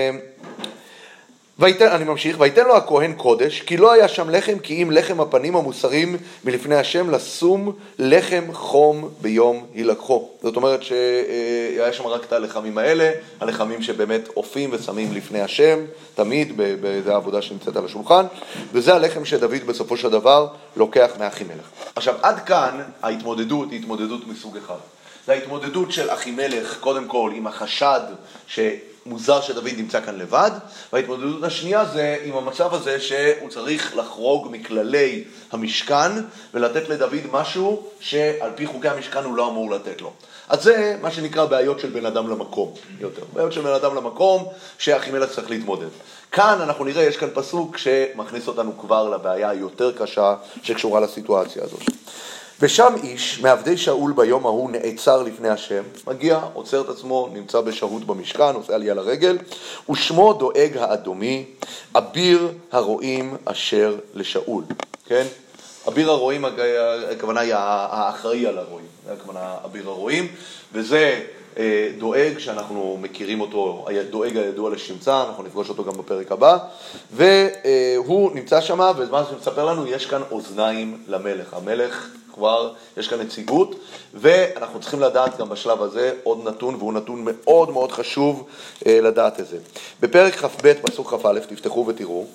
אני ממשיך, ויתן לו הכהן קודש, כי לא היה שם לחם, כי אם לחם הפנים המוסרים מלפני השם, לשום לחם חום ביום הילקחו. זאת אומרת שהיה שם רק את הלחמים האלה, הלחמים שבאמת אופים ושמים לפני השם, תמיד, זה העבודה שנמצאת על השולחן, וזה הלחם שדוד בסופו של דבר לוקח מאחימלך. עכשיו, עד כאן ההתמודדות היא התמודדות מסוג אחד. זה ההתמודדות של אחימלך, קודם כל, עם החשד מוזר שדוד נמצא כאן לבד, וההתמודדות השנייה זה עם המצב הזה שהוא צריך לחרוג מכללי המשכן ולתת לדוד משהו שעל פי חוקי המשכן הוא לא אמור לתת לו. אז זה מה שנקרא בעיות של בן אדם למקום יותר. בעיות של בן אדם למקום שאחימלך צריך להתמודד. כאן אנחנו נראה, יש כאן פסוק שמכניס אותנו כבר לבעיה היותר קשה שקשורה לסיטואציה הזאת. ושם איש מעבדי שאול ביום ההוא נעצר לפני השם, מגיע, עוצר את עצמו, נמצא בשהות במשכן, עושה עלייה לרגל, ושמו דואג האדומי, אביר הרועים אשר לשאול. כן? אביר הרועים, הכוונה היא האחראי על הרועים, הכוונה אביר הרועים, וזה דואג שאנחנו מכירים אותו, דואג הידוע לשמצה, אנחנו נפגוש אותו גם בפרק הבא, והוא נמצא שם, ומה שמספר לנו, יש כאן אוזניים למלך. המלך כבר, יש כאן נציגות, ואנחנו צריכים לדעת גם בשלב הזה עוד נתון, והוא נתון מאוד מאוד חשוב לדעת את זה. בפרק כ"ב, פסוק כ"א, תפתחו ותראו,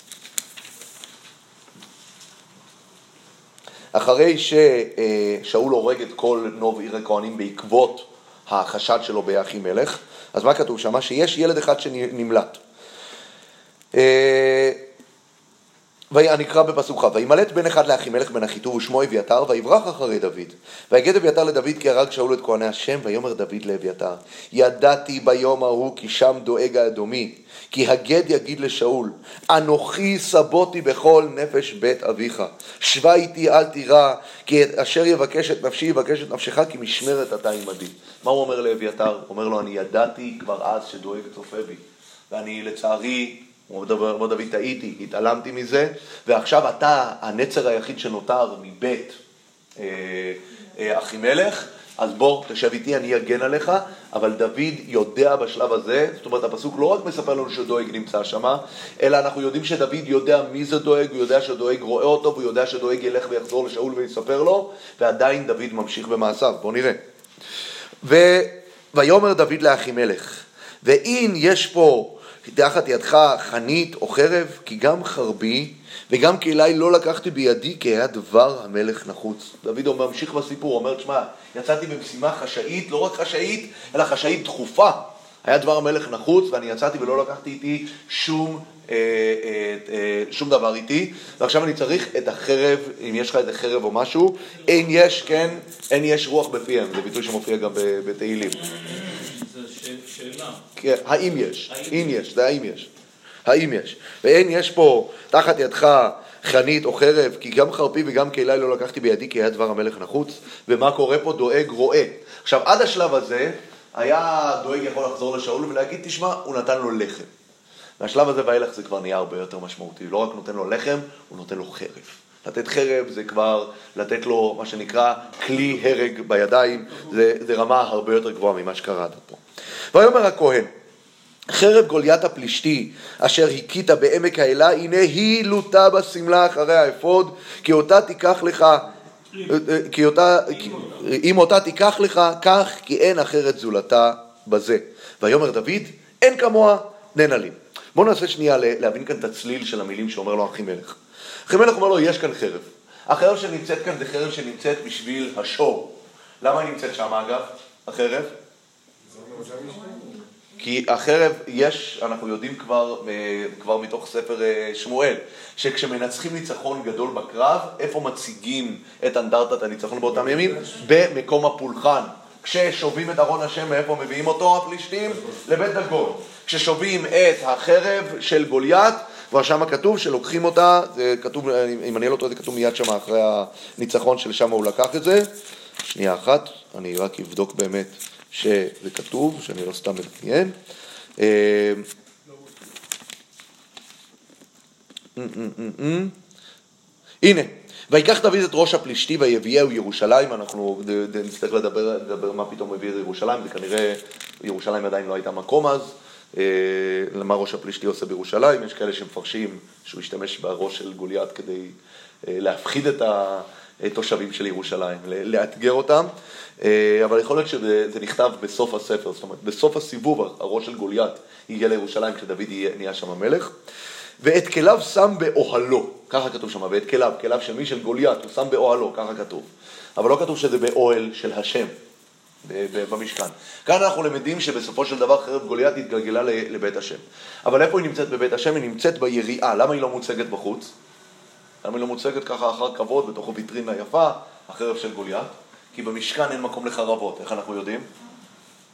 אחרי ששאול הורג את כל נוב עיר הכהנים בעקבות החשד שלו באחימלך, אז מה כתוב שם? שיש ילד אחד שנמלט. אני אקרא בפסוק כ', וימלט בן אחד לאחימלך בן אחיטוב ושמו אביתר, ויברח אחרי דוד. ויגד אביתר לדוד כי הרג שאול את כהני השם, ויאמר דוד לאביתר, ידעתי ביום ההוא כי שם דואג האדומי, כי הגד יגיד לשאול, אנוכי סבותי בכל נפש בית אביך, שבה איתי אל תירא, כי אשר יבקש את נפשי יבקש את נפשך, כי משמרת אתה עמדי. מה הוא אומר לאביתר? הוא אומר לו, אני ידעתי כבר אז שדואג צופה בי, ואני לצערי, הוא אומר דוד, טעיתי, התעלמתי מזה, ועכשיו אתה הנצר היחיד שנותר מבית אחימלך, אז בוא תשב איתי, אני אגן עליך. אבל דוד יודע בשלב הזה, זאת אומרת הפסוק לא רק מספר לנו שדואג נמצא שם, אלא אנחנו יודעים שדוד יודע מי זה דואג, הוא יודע שדואג רואה אותו, והוא יודע שדואג ילך ויחזור לשאול ויספר לו, ועדיין דוד ממשיך במעשיו. בוא נראה. ויאמר דוד לאחימלך, ואם יש פה תחת ידך חנית או חרב, כי גם חרבי וגם כלי לא לקחתי בידי, כי היה דבר המלך נחוץ. דוד אומר, ממשיך בסיפור, אומר, תשמע, יצאתי במשימה חשאית, לא רק חשאית, אלא חשאית דחופה. היה דבר המלך נחוץ, ואני יצאתי ולא לקחתי איתי שום דבר איתי, ועכשיו אני צריך את החרב, אם יש לך את החרב או משהו, אין יש רוח בפיהם, זה ביטוי שמופיע גם בתהילים. שאלה. האם יש? האם יש? ואין יש פה תחת ידך חנית או חרב, כי גם חרפי וגם כלי לא לקחתי בידי, כי היה דבר המלך נחוץ. ומה קורה פה? דואג רואה. עכשיו, עד השלב הזה, היה דואג יכול לחזור לשאול ולהגיד, תשמע, הוא נתן לו לחם. והשלב הזה ואילך זה כבר נהיה הרבה יותר משמעותי. לא רק נותן לו לחם, הוא נותן לו חרב. לתת חרב זה כבר לתת לו מה שנקרא כלי הרג בידיים, זה רמה הרבה יותר גבוהה ממה שקראת פה. ויאמר הכהן, חרב גוליית הפלישתי אשר הכית בעמק האלה, הנה היא לוטה בסמלה אחרי האפוד, כי אותה תיקח לך, אם אותה תיקח לך, כך כי אין אחרת זולתה בזה. ויאמר דוד, אין כמוה ננלים. בואו נעשה שנייה להבין כאן את הצליל של המילים שאומר לו אחימלך. אחימלך אומר לו, יש כאן חרב. החרב שנמצאת כאן זה חרב שנמצאת בשביל השור. למה היא נמצאת שם אגב, החרב? כי החרב יש, אנחנו יודעים כבר מתוך ספר שמואל, שכשמנצחים ניצחון גדול בקרב, איפה מציגים את אנדרטת הניצחון באותם ימים? במקום הפולחן. כששובים את ארון השם, מאיפה מביאים אותו הפלישתים? לבית דגון. כששובים את החרב של גוליית, כבר שם כתוב שלוקחים אותה, זה כתוב, אם אני לא טועה, זה כתוב מיד שם אחרי הניצחון של שם הוא לקח את זה. שנייה אחת, אני רק אבדוק באמת שזה כתוב, שאני לא סתם מדמיין. הנה, ויקח דוד את ראש הפלישתי ויביאהו ירושלים. אנחנו נצטרך לדבר מה פתאום הביא את ירושלים, זה כנראה ירושלים עדיין לא הייתה מקום אז. למה ראש הפלישתי עושה בירושלים? יש כאלה שמפרשים שהוא השתמש בראש של גוליית כדי להפחיד את התושבים של ירושלים, לאתגר אותם, אבל יכול להיות שזה נכתב בסוף הספר, זאת אומרת בסוף הסיבוב הראש של גוליית הגיע לירושלים כשדוד נהיה שם המלך, ואת כליו שם באוהלו, ככה כתוב שם, ואת כליו של מי? של גוליית, הוא שם באוהלו, ככה כתוב, אבל לא כתוב שזה באוהל של השם במשכן. כאן אנחנו למדים שבסופו של דבר חרב גוליית התגלגלה לבית השם. אבל איפה היא נמצאת בבית השם? היא נמצאת ביריעה. למה היא לא מוצגת בחוץ? למה היא לא מוצגת ככה אחר כבוד בתוך הוויטרינה יפה, החרב של גוליית? כי במשכן אין מקום לחרבות. איך אנחנו יודעים?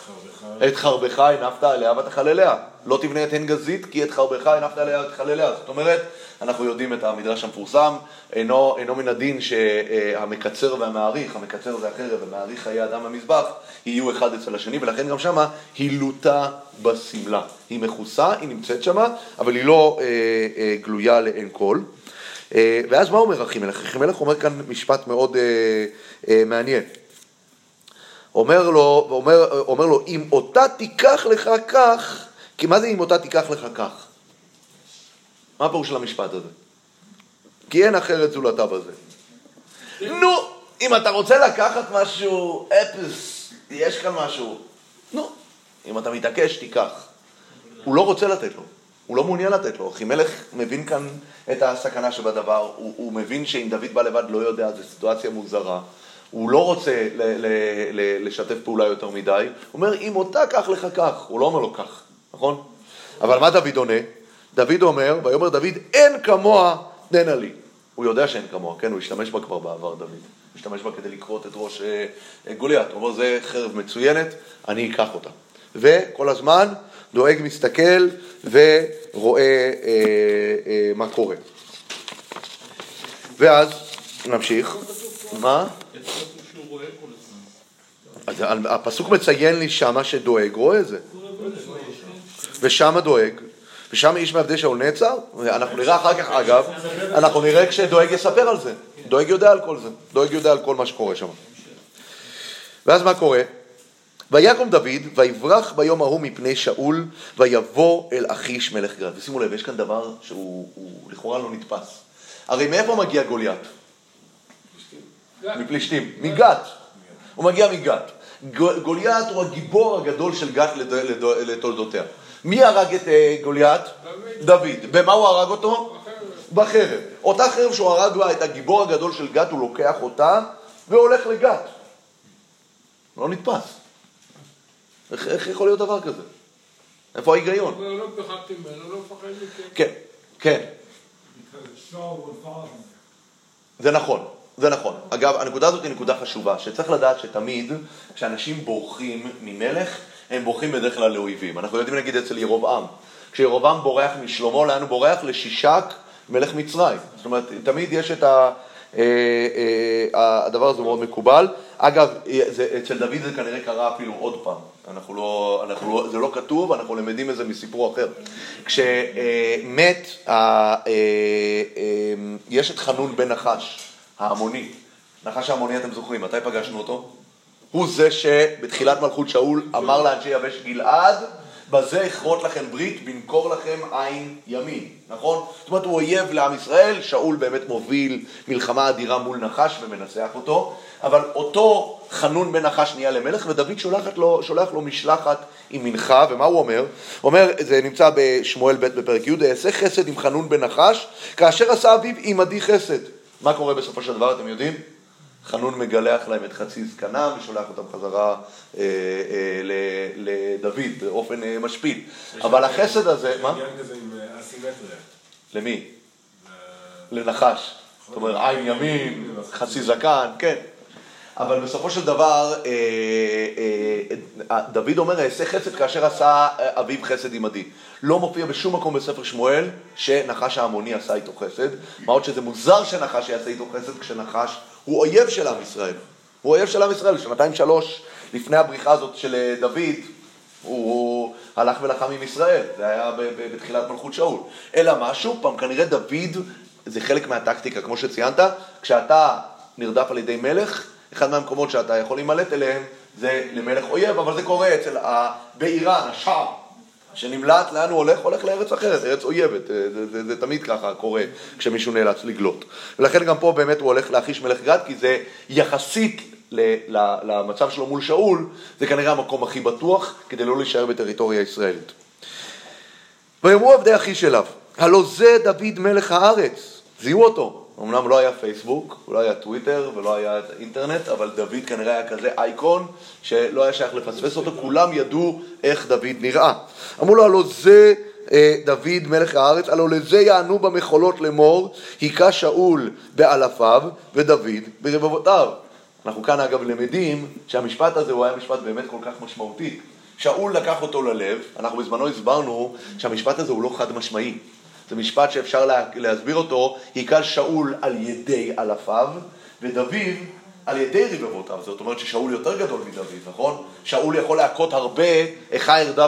את חרבך הנפת עליה ותחלליה. לא תבנה את הן גזית, כי את חרבך הנפת עליה ותחלליה. זאת אומרת, אנחנו יודעים את המדרש המפורסם, אינו מן הדין שהמקצר והמעריך, המקצר זה החרב והמעריך חיי אדם במזבח, יהיו אחד אצל השני, ולכן גם שמה היא לוטה בסמלה. היא מכוסה, היא נמצאת שמה, אבל היא לא גלויה לעין כל. ואז מה אומר אחימלך? אחימלך אומר כאן משפט מאוד מעניין. אומר לו, אם אותה תיקח לך כך, כי מה זה אם אותה תיקח לך כך? מה הפירוש של המשפט הזה? כי אין אחרת זולתה בזה. נו, אם אתה רוצה לקחת משהו, אפס, יש כאן משהו. נו, אם אתה מתעקש, תיקח. הוא לא רוצה לתת לו, הוא לא מעוניין לתת לו. אחימלך מבין כאן את הסכנה שבדבר, הוא מבין שאם דוד בא לבד לא יודע, זו סיטואציה מוזרה. הוא לא רוצה לשתף פעולה יותר מדי. הוא אומר, אם אותה כך לך כך. הוא לא אומר לו כך, נכון? אבל מה דוד עונה? דוד אומר, ויאמר דוד, אין כמוה תננה לי. הוא יודע שאין כמוה, כן? הוא השתמש בה כבר בעבר, דוד. הוא השתמש בה כדי לקרות את ראש גוליית. הוא אומר, זה חרב מצוינת, אני אקח אותה. וכל הזמן דואג, מסתכל ורואה מה קורה. ואז נמשיך. מה? אז הפסוק מציין לי שמה שדואג, רואה את זה. ושמה דואג, ושם איש מעבדי שאול נעצר, ואנחנו נראה אחר כך, אגב, אנחנו נראה כשדואג יספר על זה. דואג יודע על כל זה, דואג יודע על כל מה שקורה שם. ואז מה קורה? ויקום דוד, ויברח ביום ההוא מפני שאול, ויבוא אל אחיש מלך גלעד. ושימו לב, יש כאן דבר שהוא לכאורה לא נתפס. הרי מאיפה מגיע גוליית? מפלישתים, מגת. הוא מגיע מגת. גוליית הוא הגיבור הגדול של גת לתולדותיה. מי הרג את גוליית? דוד. במה הוא הרג אותו? בחרב. אותה חרב שהוא הרג בה את הגיבור הגדול של גת, הוא לוקח אותה והולך לגת. לא נתפס. איך יכול להיות דבר כזה? איפה ההיגיון? לא פחדתי ממנו, לא מפחד מכם. כן, כן. זה נכון. זה נכון. אגב, הנקודה הזאת היא נקודה חשובה, שצריך לדעת שתמיד כשאנשים בורחים ממלך, הם בורחים בדרך כלל לאויבים. אנחנו יודעים נגיד אצל ירובעם. כשירובעם בורח משלמה, לאן הוא בורח? לשישק מלך מצרים. זאת אומרת, תמיד יש את הדבר הזה מאוד מקובל. אגב, אצל דוד זה כנראה קרה אפילו עוד פעם. זה לא כתוב, אנחנו למדים את זה מסיפור אחר. כשמת, יש את חנון בן נחש. העמוני, נחש העמוני אתם זוכרים, מתי פגשנו אותו? הוא זה שבתחילת מלכות שאול אמר לאנשי יבש גלעד, בזה אכרות לכם ברית, בנקור לכם עין ימין, נכון? זאת אומרת, הוא אויב לעם ישראל, שאול באמת מוביל מלחמה אדירה מול נחש ומנסח אותו, אבל אותו חנון בן נחש נהיה למלך, ודוד שולח לו משלחת עם מנחה, ומה הוא אומר? הוא אומר, זה נמצא בשמואל ב' בפרק י', אעשה חסד עם חנון בן נחש, כאשר עשה אביו עמדי חסד. מה קורה בסופו של דבר, אתם יודעים? חנון מגלח להם את חצי זקנם ושולח אותם חזרה לדוד באופן משפיל. אבל החסד הזה, מה? עניין כזה עם אסימטריה. למי? לנחש. זאת אומרת, עין ימין, חצי זקן, כן. אבל בסופו של דבר, דוד אומר, אעשה חסד כאשר עשה אביו חסד עמדי. לא מופיע בשום מקום בספר שמואל שנחש העמוני עשה איתו חסד. מה עוד שזה מוזר שנחש יעשה איתו חסד כשנחש הוא אויב של עם ישראל. הוא אויב של עם ישראל. 2-3 לפני הבריחה הזאת של דוד, הוא הלך ולחם עם ישראל. זה היה בתחילת מלכות שאול. אלא מה? שוב פעם, כנראה דוד, זה חלק מהטקטיקה, כמו שציינת, כשאתה נרדף על ידי מלך, אחד מהמקומות שאתה יכול להימלט אליהם זה למלך אויב, אבל זה קורה אצל באיראן, השער, שנמלט לאן הוא הולך לארץ אחרת, ארץ אויבת, זה תמיד ככה קורה כשמישהו נאלץ לגלות. ולכן גם פה באמת הוא הולך לאחיש מלך גד, כי זה יחסית למצב שלו מול שאול, זה כנראה המקום הכי בטוח, כדי לא להישאר בטריטוריה ישראלית. ויאמרו עבדי אחיש אליו, הלא זה דוד מלך הארץ, זיהו אותו. אמנם לא היה פייסבוק, לא היה טוויטר ולא היה אינטרנט, אבל דוד כנראה היה כזה אייקון שלא היה שייך לפספס אותו, כולם ידעו איך דוד נראה. אמרו לו, הלא זה דוד מלך הארץ, הלא לזה יענו במחולות לאמור, היכה שאול באלפיו ודוד ברבבותיו. אנחנו כאן אגב למדים שהמשפט הזה הוא היה משפט באמת כל כך משמעותי. שאול לקח אותו ללב, אנחנו בזמנו הסברנו שהמשפט הזה הוא לא חד משמעי. זה משפט שאפשר להסביר אותו, היכל שאול על ידי אלפיו, ודוד על ידי רבבותיו. זאת אומרת ששאול יותר גדול מדוד, נכון? שאול יכול להכות הרבה, אחד ירדוף,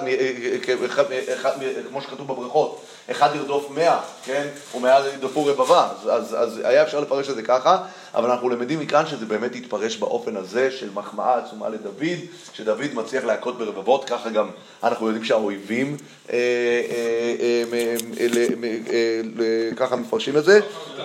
כמו שכתוב בברכות, אחד ירדוף 100, כן? ומאה ירדפו רבבה. אז היה אפשר לפרש את זה ככה, אבל אנחנו למדים מכאן שזה באמת יתפרש באופן הזה של מחמאה עצומה לדוד, שדוד מצליח להכות ברבבות, ככה גם אנחנו יודעים שהאויבים ככה מפרשים את זה.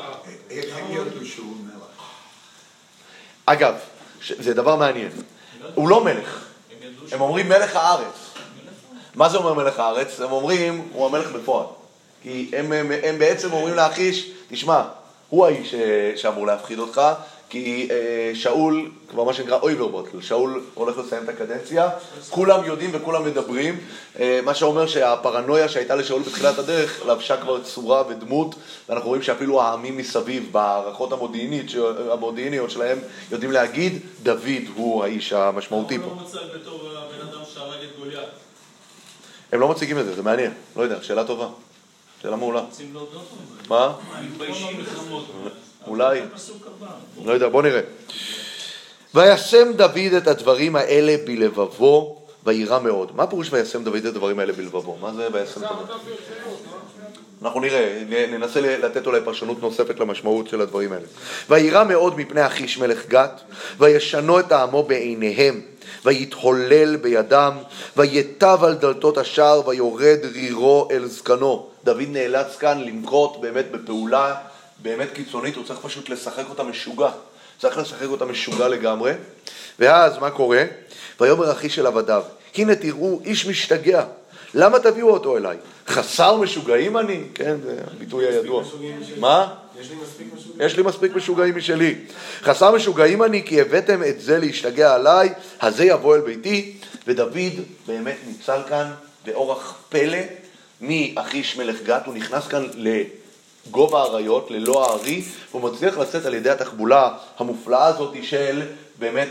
אגב, זה דבר מעניין, הוא לא מלך, הם אומרים מלך הארץ. מה זה אומר מלך הארץ? הם אומרים, הוא המלך בפועל. כי הם בעצם אומרים לאחיש, תשמע, הוא האיש שאמור להפחיד אותך, כי שאול, כבר מה שנקרא אויברבוטל, שאול הולך לסיים את הקדנציה, כולם יודעים וכולם מדברים, מה שאומר שהפרנויה שהייתה לשאול בתחילת הדרך, לבשה כבר צורה ודמות, ואנחנו רואים שאפילו העמים מסביב, בהערכות המודיעיניות שלהם, יודעים להגיד, דוד הוא האיש המשמעותי פה. הוא לא מצא בתור בן אדם שהרג את גוליית. הם לא מציגים את זה, זה מעניין, לא יודע, שאלה טובה, שאלה מעולה. רוצים להודות על זה. מה? מתביישים לחמות. אולי, לא יודע, בוא נראה. וישם דוד את הדברים האלה בלבבו, וירא מאוד. מה פירוש וישם דוד את הדברים האלה בלבבו? מה זה וישם דוד? אנחנו נראה, ננסה לתת אולי פרשנות נוספת למשמעות של הדברים האלה. וירא מאוד מפני אחיש מלך גת, וישנו את העמו בעיניהם, ויתהולל בידם, ויטב על דלתות השער, ויורד רירו אל זקנו. דוד נאלץ כאן לנקוט באמת בפעולה באמת קיצונית, הוא צריך פשוט לשחק אותה משוגע. צריך לשחק אותה משוגע לגמרי. ואז מה קורה? ויאמר אחיש אל עבדיו, הנה תראו איש משתגע, למה תביאו אותו אליי? חסר משוגעים אני? כן, זה הביטוי הידוע. מה? יש לי מספיק משוגעים משלי. חסר משוגעים אני כי הבאתם את זה להשתגע עליי, הזה יבוא אל ביתי. ודוד באמת ניצל כאן באורח פלא מאחיש מלך גת, הוא נכנס כאן לגובה האריות, ללא הארי, והוא מצליח לצאת על ידי התחבולה המופלאה הזאת של באמת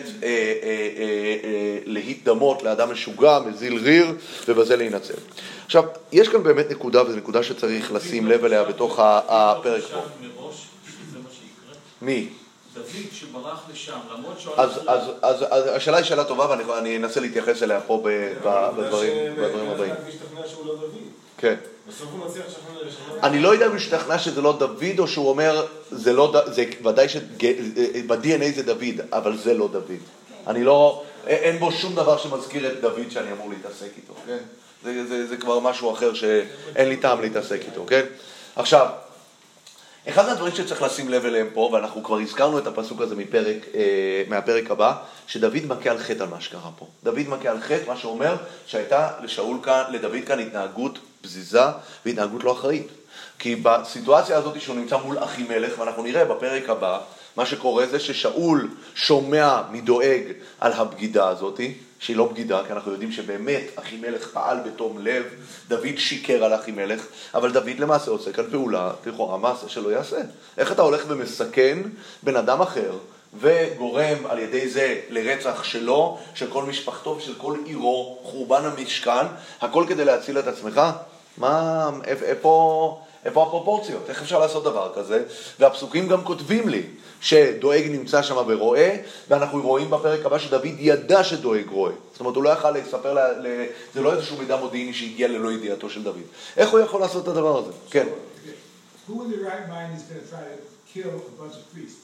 להתדמות לאדם משוגע, מזיל ריר, ובזה להינצל. עכשיו, יש כאן באמת נקודה, וזו נקודה שצריך לשים לב אליה בתוך הפרק פה. מי? דוד שברח לשם, למרות שהוא... אז השאלה היא שאלה טובה, ואני אנסה להתייחס אליה פה בדברים הבאים. כן. בסוף הוא מצליח לשכנע לשנות. אני לא יודע אם הוא השתכנע שזה לא דוד, או שהוא אומר, זה ודאי שב-DNA זה דוד, אבל זה לא דוד. אני לא, אין בו שום דבר שמזכיר את דוד שאני אמור להתעסק איתו, כן? זה כבר משהו אחר שאין לי טעם להתעסק איתו, כן? עכשיו, אחד מהדברים שצריך לשים לב אליהם פה, ואנחנו כבר הזכרנו את הפסוק הזה מהפרק הבא, שדוד מכה על חטא על מה שקרה פה. דוד מכה על חטא, מה שאומר שהייתה לדוד כאן התנהגות פזיזה והתנהגות לא אחראית. כי בסיטואציה הזאת שהוא נמצא מול אחימלך, ואנחנו נראה בפרק הבא, מה שקורה זה ששאול שומע מדואג על הבגידה הזאת, שהיא לא בגידה, כי אנחנו יודעים שבאמת אחימלך פעל בתום לב, דוד שיקר על אחימלך, אבל דוד למעשה עושה כאן פעולה, לכאורה מעשה שלא יעשה. איך אתה הולך ומסכן בן אדם אחר, וגורם על ידי זה לרצח שלו, של כל משפחתו ושל כל עירו, חורבן המשכן, הכל כדי להציל את עצמך? איפה הפרופורציות? איך אפשר לעשות דבר כזה? והפסוקים גם כותבים לי שדואג נמצא שם ורואה, ואנחנו רואים בפרק הבא שדוד ידע שדואג רואה. זאת אומרת, הוא לא יכל לספר, זה לא איזשהו מידע מודיעיני שהגיע ללא ידיעתו של דוד. איך הוא יכול לעשות את הדבר הזה? כן. Who in the right mind is going to try to kill a bunch of priests?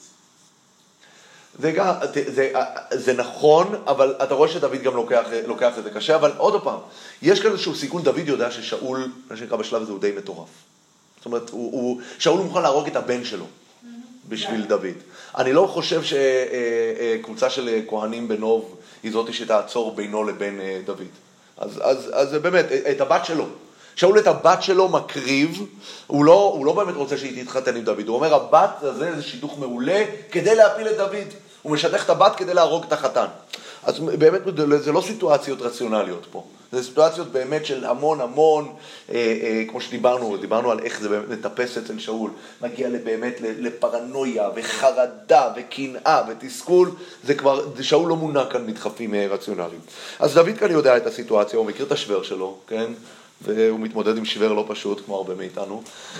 זה נכון, אבל אתה רואה שדוד גם לוקח את זה קשה, אבל עוד פעם, יש כאן איזשהו סיכון, דוד יודע ששאול, מה שנקרא בשלב הזה, הוא די מטורף. זאת אומרת, שאול הוא מוכן להרוג את הבן שלו בשביל דוד. אני לא חושב שקבוצה של כהנים בנוב היא זאת שתעצור בינו לבין דוד. אז באמת, את הבת שלו. שאול את הבת שלו מקריב, הוא לא באמת רוצה שהיא תתחתן עם דוד. הוא אומר, הבת הזה זה שידוך מעולה כדי להפיל את דוד. הוא משדך את הבת כדי להרוג את החתן. אז באמת, זה לא סיטואציות רציונליות פה. זה סיטואציות באמת של המון, כמו דיברנו על איך זה באמת מטפס אצל שאול, מגיע באמת לפרנויה וחרדה וקנאה ותסכול, זה כבר, שאול לא מונע כאן מדחפים רציונליים. אז דוד כאן יודע את הסיטואציה, הוא מכיר את השבר שלו, כן? והוא מתמודד עם שבר לא פשוט, כמו הרבה מאיתנו.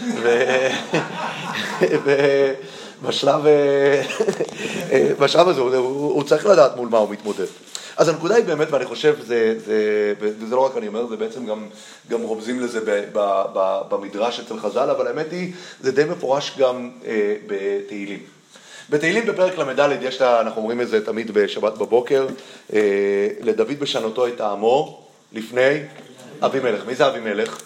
בשלב הזה הוא צריך לדעת מול מה הוא מתמודד. אז הנקודה היא באמת, ואני חושב, וזה לא רק אני אומר, זה בעצם גם רומזים לזה במדרש אצל חז"ל, אבל האמת היא, זה די מפורש גם בתהילים. בתהילים בפרק למדלת, אנחנו אומרים את זה תמיד בשבת בבוקר, לדוד בשנותו את העמו לפני אבימלך. מי זה אבימלך?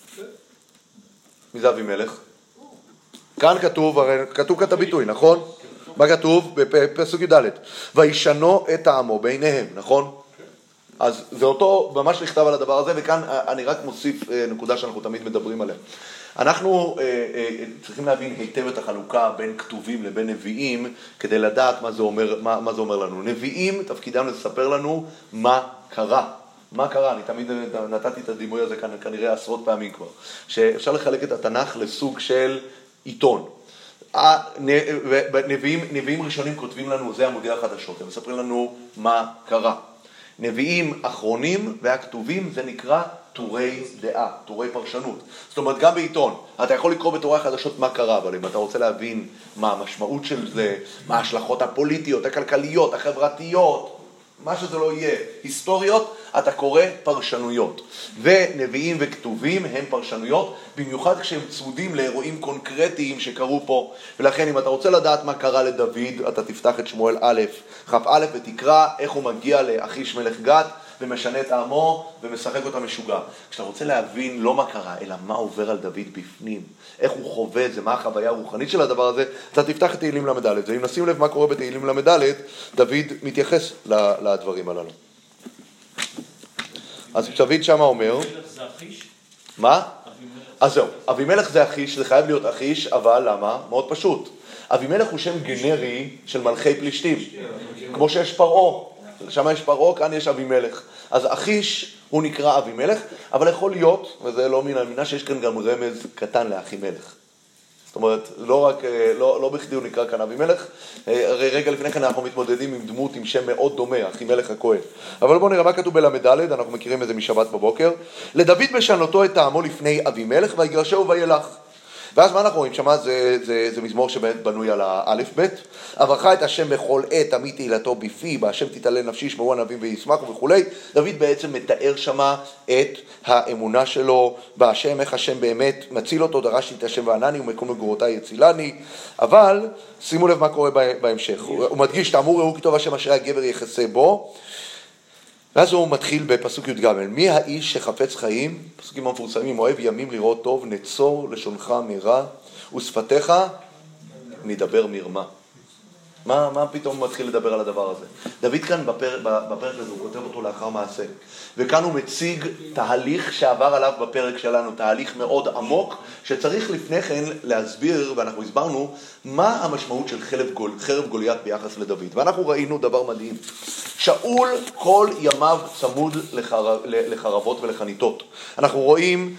מי זה אבימלך? כאן כתוב כת הביטוי, נכון? מה כתוב? בפסוק י"ד. וישנו את העמו ביניהם, נכון? אז זה אותו, ממש נכתב על הדבר הזה, וכאן אני רק מוסיף נקודה שאנחנו תמיד מדברים עליה. אנחנו צריכים להבין היטב את החלוקה בין כתובים לבין נביאים, כדי לדעת מה זה אומר לנו. נביאים, תפקידם לספר לנו מה קרה. מה קרה? אני תמיד נתתי את הדימוי הזה כאן כנראה עשרות פעמים כבר. שאפשר לחלק את התנ"ך לסוג של עיתון. נביאים ראשונים כותבים לנו, זה עמודי החדשות, הם מספרים לנו מה קרה. נביאים אחרונים והכתובים זה נקרא טורי דעה, טורי פרשנות. זאת אומרת, גם בעיתון, אתה יכול לקרוא בתורי החדשות מה קרה, אבל אם אתה רוצה להבין מה המשמעות של זה, מה ההשלכות הפוליטיות, הכלכליות, החברתיות, מה שזה לא יהיה, היסטוריות, אתה קורא פרשנויות. ונביאים וכתובים הם פרשנויות, במיוחד כשהם צמודים לאירועים קונקרטיים שקרו פה. ולכן אם אתה רוצה לדעת מה קרה לדוד, אתה תפתח את שמואל א', כ"א, ותקרא איך הוא מגיע לאחיש מלך גת, ומשנה את העמו ומשחק אותה משוגע. כשאתה רוצה להבין לא מה קרה, אלא מה עובר על דוד בפנים, איך הוא חווה את זה, מה החוויה הרוחנית של הדבר הזה, אתה תפתח את תהילים למדלת. ואם נשים לב מה קורה בתהילים למדלת, דוד מתייחס לדברים הללו. אז דוד שמה אומר... אבימלך זה אחיש? מה? אז זהו, אבימלך זה אחיש, זה חייב להיות אחיש, אבל למה? מאוד פשוט. אבימלך הוא שם גנרי של מלכי פלישתים, כמו שיש פרעה. שם יש פרעה, כאן יש אבימלך. אז אחיש הוא נקרא אבימלך, אבל יכול להיות, וזה לא מן המינה, שיש כאן גם רמז קטן לאחימלך. זאת אומרת, לא בכדי הוא נקרא כאן אבימלך. רגע לפני כן אנחנו מתמודדים עם דמות עם שם מאוד דומה, אחימלך הכהן. אבל בואו נראה מה כתוב בלמדלת, אנחנו מכירים את זה משבת בבוקר. לדוד בשנותו את העמו לפני אבימלך, ויגרשהו וילך. ואז מה אנחנו רואים? שמה זה מזמור שבאמת בנוי על האלף בית. אברכה את השם בכל עת, עמי תהילתו בפי, בהשם תתעלה נפשי, שמעו ענבים וישמחו וכו'. דוד בעצם מתאר שמה את האמונה שלו בהשם, איך השם באמת מציל אותו, דרשתי את השם וענני ומקום מגורותיי יצילני. אבל שימו לב מה קורה בהמשך. הוא מדגיש, תאמרו ראו כי טוב השם אשרי הגבר יחסה בו. ואז הוא מתחיל בפסוק י"ג, מי האיש שחפץ חיים, פסוקים המפורסמים, אוהב ימים לראות טוב, נצור לשונך מרע, ושפתיך מדבר מרמה. מה פתאום מתחיל לדבר על הדבר הזה? דוד כאן בפרק הזה, הוא כותב אותו לאחר מעשה. וכאן הוא מציג תהליך שעבר עליו בפרק שלנו, תהליך מאוד עמוק, שצריך לפני כן להסביר, ואנחנו הסברנו, מה המשמעות של חרב גוליית ביחס לדוד. ואנחנו ראינו דבר מדהים. שאול כל ימיו צמוד לחרבות ולחניתות. אנחנו רואים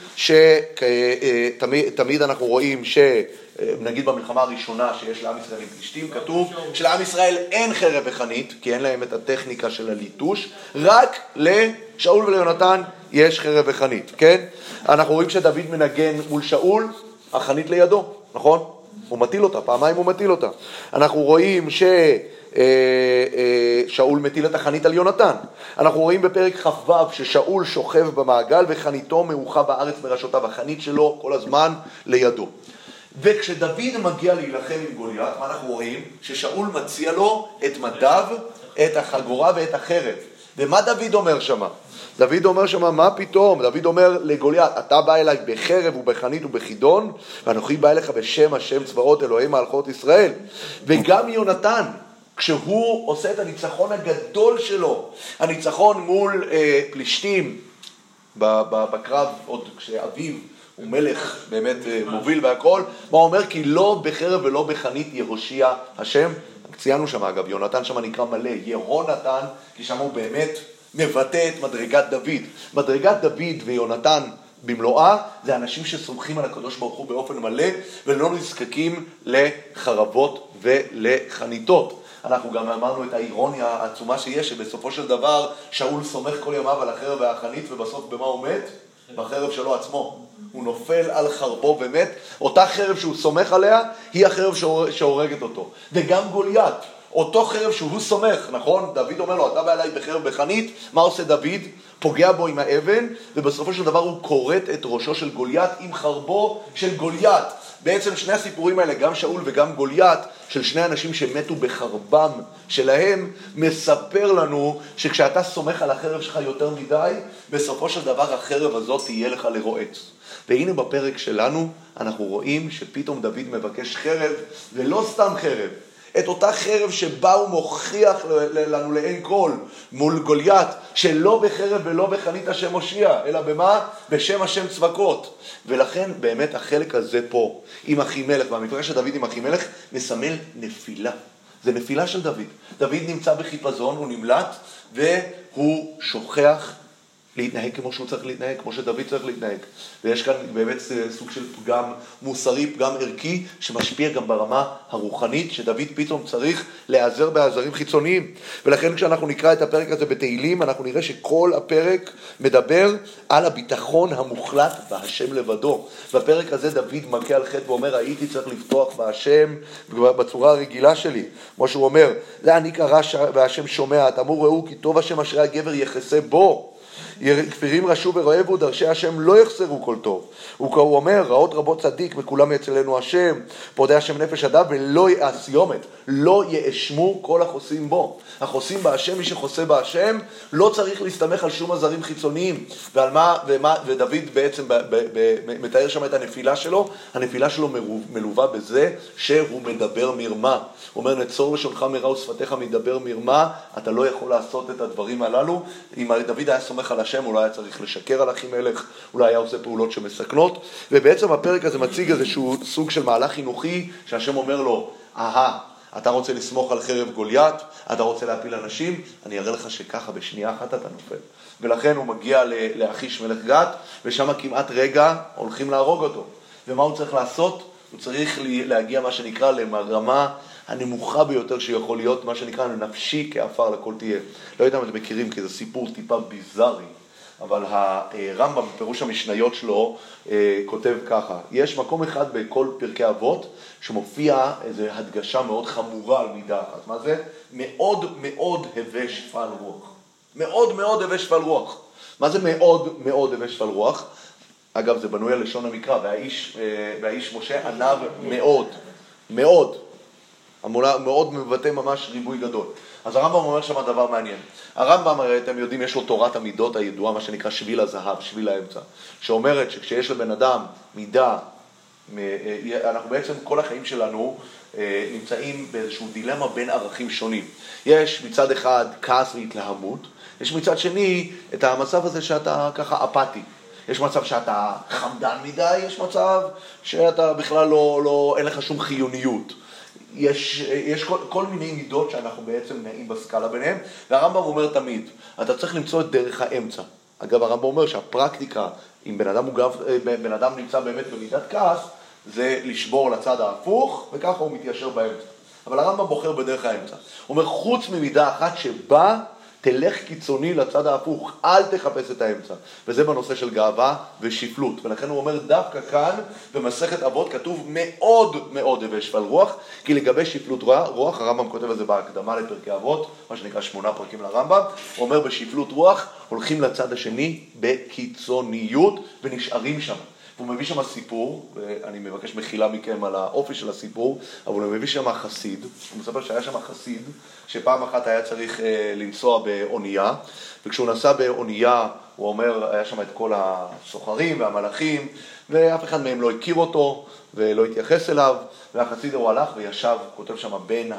תמיד אנחנו רואים נגיד במלחמה הראשונה שיש לעם ישראל עם פלישתים, כתוב שלעם ישראל אין חרב וחנית, כי אין להם את הטכניקה של הליטוש, רק לשאול וליונתן יש חרב וחנית, כן? אנחנו רואים שדוד מנגן מול שאול, החנית לידו, נכון? הוא מטיל אותה, פעמיים הוא מטיל אותה. אנחנו רואים שאול מטיל את החנית על יונתן. אנחנו רואים בפרק כ"ו ששאול שוכב במעגל וחניתו מאוחה בארץ מראשותיו, החנית שלו כל הזמן לידו. וכשדוד מגיע להילחם עם גוליית, מה אנחנו רואים? ששאול מציע לו את מדיו, את החגורה ואת החרב. ומה דוד אומר שמה? דוד אומר שמה, מה פתאום? דוד אומר לגוליית, אתה בא אליי בחרב ובחנית ובחידון, ואנוכי בא אליך בשם השם צבאות אלוהי מלכות ישראל. וגם יונתן, כשהוא עושה את הניצחון הגדול שלו, הניצחון מול פלישתים בקרב, עוד כשאביו הוא מלך באמת מוביל והכל, מה אומר? כי לא בחרב ולא בחנית יהושיע השם. ציינו שם אגב, יונתן שם נקרא מלא, יהונתן, כי שם הוא באמת מבטא את מדרגת דוד. מדרגת דוד ויונתן במלואה זה אנשים שסומכים על הקדוש ברוך הוא באופן מלא ולא נזקקים לחרבות ולחניתות. אנחנו גם אמרנו את האירוניה העצומה שיש, שבסופו של דבר שאול סומך כל ימיו על החרב והחנית, ובסוף במה הוא מת? בחרב שלו עצמו. הוא נופל על חרבו ומת. אותה חרב שהוא סומך עליה היא החרב שהורגת אותו. וגם גוליית, אותו חרב שהוא סומך, נכון? דוד אומר לו, אתה בא אליי בחרב בחנית, מה עושה דוד? פוגע בו עם האבן, ובסופו של דבר הוא קורט את ראשו של גוליית עם חרבו של גוליית. בעצם שני הסיפורים האלה, גם שאול וגם גוליית, של שני אנשים שמתו בחרבם שלהם, מספר לנו שכשאתה סומך על החרב שלך יותר מדי, בסופו של דבר החרב הזאת תהיה לך לרועץ. והנה בפרק שלנו אנחנו רואים שפתאום דוד מבקש חרב, ולא סתם חרב, את אותה חרב שבה הוא מוכיח לנו לעין כל מול גוליית, שלא בחרב ולא בחנית השם הושיע, אלא במה? בשם השם צבקות. ולכן באמת החלק הזה פה עם אחימלך, והמפגש של דוד עם אחימלך, מסמל נפילה. זה נפילה של דוד. דוד נמצא בחיפזון, הוא נמלט, והוא שוכח להתנהג כמו שהוא צריך להתנהג, כמו שדוד צריך להתנהג. ויש כאן באמת סוג של פגם מוסרי, פגם ערכי, שמשפיע גם ברמה הרוחנית, שדוד פתאום צריך להיעזר בעזרים חיצוניים. ולכן כשאנחנו נקרא את הפרק הזה בתהילים, אנחנו נראה שכל הפרק מדבר על הביטחון המוחלט בהשם לבדו. בפרק הזה דוד מכה על חטא ואומר, הייתי צריך לפתוח בהשם בצורה הרגילה שלי. כמו שהוא אומר, זה אני קרא והשם שומע, תאמרו ראו כי טוב השם אשרי הגבר יחסה בו. כפירים רשו ורעבו, דרשי השם לא יחסרו כל טוב. הוא אומר, רעות רבות צדיק וכולם יצלנו השם, פודה השם נפש אדם ולא הסיומת, לא יאשמו כל החוסים בו. החוסים בהשם, מי שחוסה בהשם, לא צריך להסתמך על שום עזרים חיצוניים. ודוד בעצם מתאר שם את הנפילה שלו. הנפילה שלו מלווה בזה שהוא מדבר מרמה. הוא אומר, נצור לשונך מרע ושפתיך מדבר מרמה, אתה לא יכול לעשות את הדברים הללו. אם דוד היה סומך על השם, אולי היה צריך לשקר על אחימלך, אולי היה עושה פעולות שמסכנות. ובעצם הפרק הזה מציג איזשהו סוג של מהלך חינוכי, שהשם אומר לו, אתה רוצה לסמוך על חרב גוליית, אתה רוצה להפיל אנשים, אני אראה לך שככה בשנייה אחת אתה נופל. ולכן הוא מגיע לאחיש מלך גת, ושם כמעט רגע הולכים להרוג אותו. ומה הוא צריך לעשות? הוא צריך להגיע מה שנקרא לרמה הנמוכה ביותר שיכול להיות, מה שנקרא נפשי כאפר לכל תהיה. לא יודע אם אתם מכירים, כי זה סיפור טיפה ביזרי, אבל הרמב"ם בפירוש המשניות שלו כותב ככה, יש מקום אחד בכל פרקי אבות שמופיע איזו הדגשה מאוד חמורה על מידה אחת. מה זה? מאוד מאוד הווה שפל רוח. מאוד מאוד הווה שפל רוח. מה זה מאוד מאוד הווה שפל רוח? אגב, זה בנוי על לשון המקרא, והאיש משה ענב מאוד, מאוד. מאוד מבטא ממש ריבוי גדול. אז הרמב"ם אומר שם דבר מעניין. הרמב"ם, הרי אתם יודעים, יש לו תורת המידות הידועה, מה שנקרא שביל הזהב, שביל האמצע, שאומרת שכשיש לבן אדם מידה, אנחנו בעצם כל החיים שלנו נמצאים באיזשהו דילמה בין ערכים שונים. יש מצד אחד כעס והתלהמות, יש מצד שני את המצב הזה שאתה ככה אפאתי. יש מצב שאתה חמדן מדי, יש מצב שאתה בכלל אין לך שום חיוניות. יש כל מיני מידות שאנחנו בעצם נעים בסקאלה ביניהם, והרמב"ם אומר תמיד, אתה צריך למצוא את דרך האמצע. אגב, הרמב"ם אומר שהפרקטיקה, אם בן אדם נמצא באמת במידת כעס, זה לשבור לצד ההפוך, וככה הוא מתיישר באמצע. אבל הרמב"ם בוחר בדרך האמצע. הוא אומר, חוץ ממידה אחת שבה תלך קיצוני לצד ההפוך, אל תחפש את האמצע. וזה בנושא של גאווה ושפלות. ולכן הוא אומר, דווקא כאן, במסכת אבות, כתוב מאוד מאוד הווה שפל רוח, כי לגבי שפלות רוח, הרמב"ם כותב על זה בהקדמה לפרקי אבות, מה שנקרא 8 פרקים לרמב"ם, הוא אומר, בשפלות רוח, הולכים לצד השני בקיצוניות, ונשארים שם. והוא מביא שם סיפור, ואני מבקש מחילה מכם על האופי של הסיפור, אבל הוא מביא שם חסיד, הוא מספר שהיה שם חסיד, שפעם אחת היה צריך לנסוע באונייה, וכשהוא נסע באונייה, הוא אומר, היה שם את כל הסוחרים והמלאכים, ואף אחד מהם לא הכיר אותו, ולא התייחס אליו, והחסיד הוא הלך וישב, כותב שם בין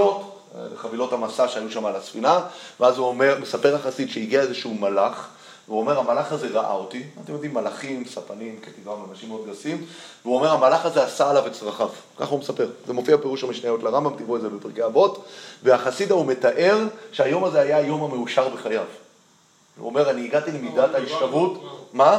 חבילות המסע שהיו שם על הספינה, ואז הוא אומר, מספר החסיד שהגיע איזשהו מלאך, והוא אומר, המלאך הזה ראה אותי, אתם יודעים, מלאכים, ספנים, כתיבה, אנשים מאוד גסים, והוא אומר, המלאך הזה עשה עליו את צרכיו, ככה הוא מספר, זה מופיע פירוש המשניות לרמב"ם, תראו את זה בפרקי אבות, והחסיד הוא מתאר שהיום הזה היה היום המאושר בחייו. הוא אומר, אני הגעתי למידת ההשתוות, מה?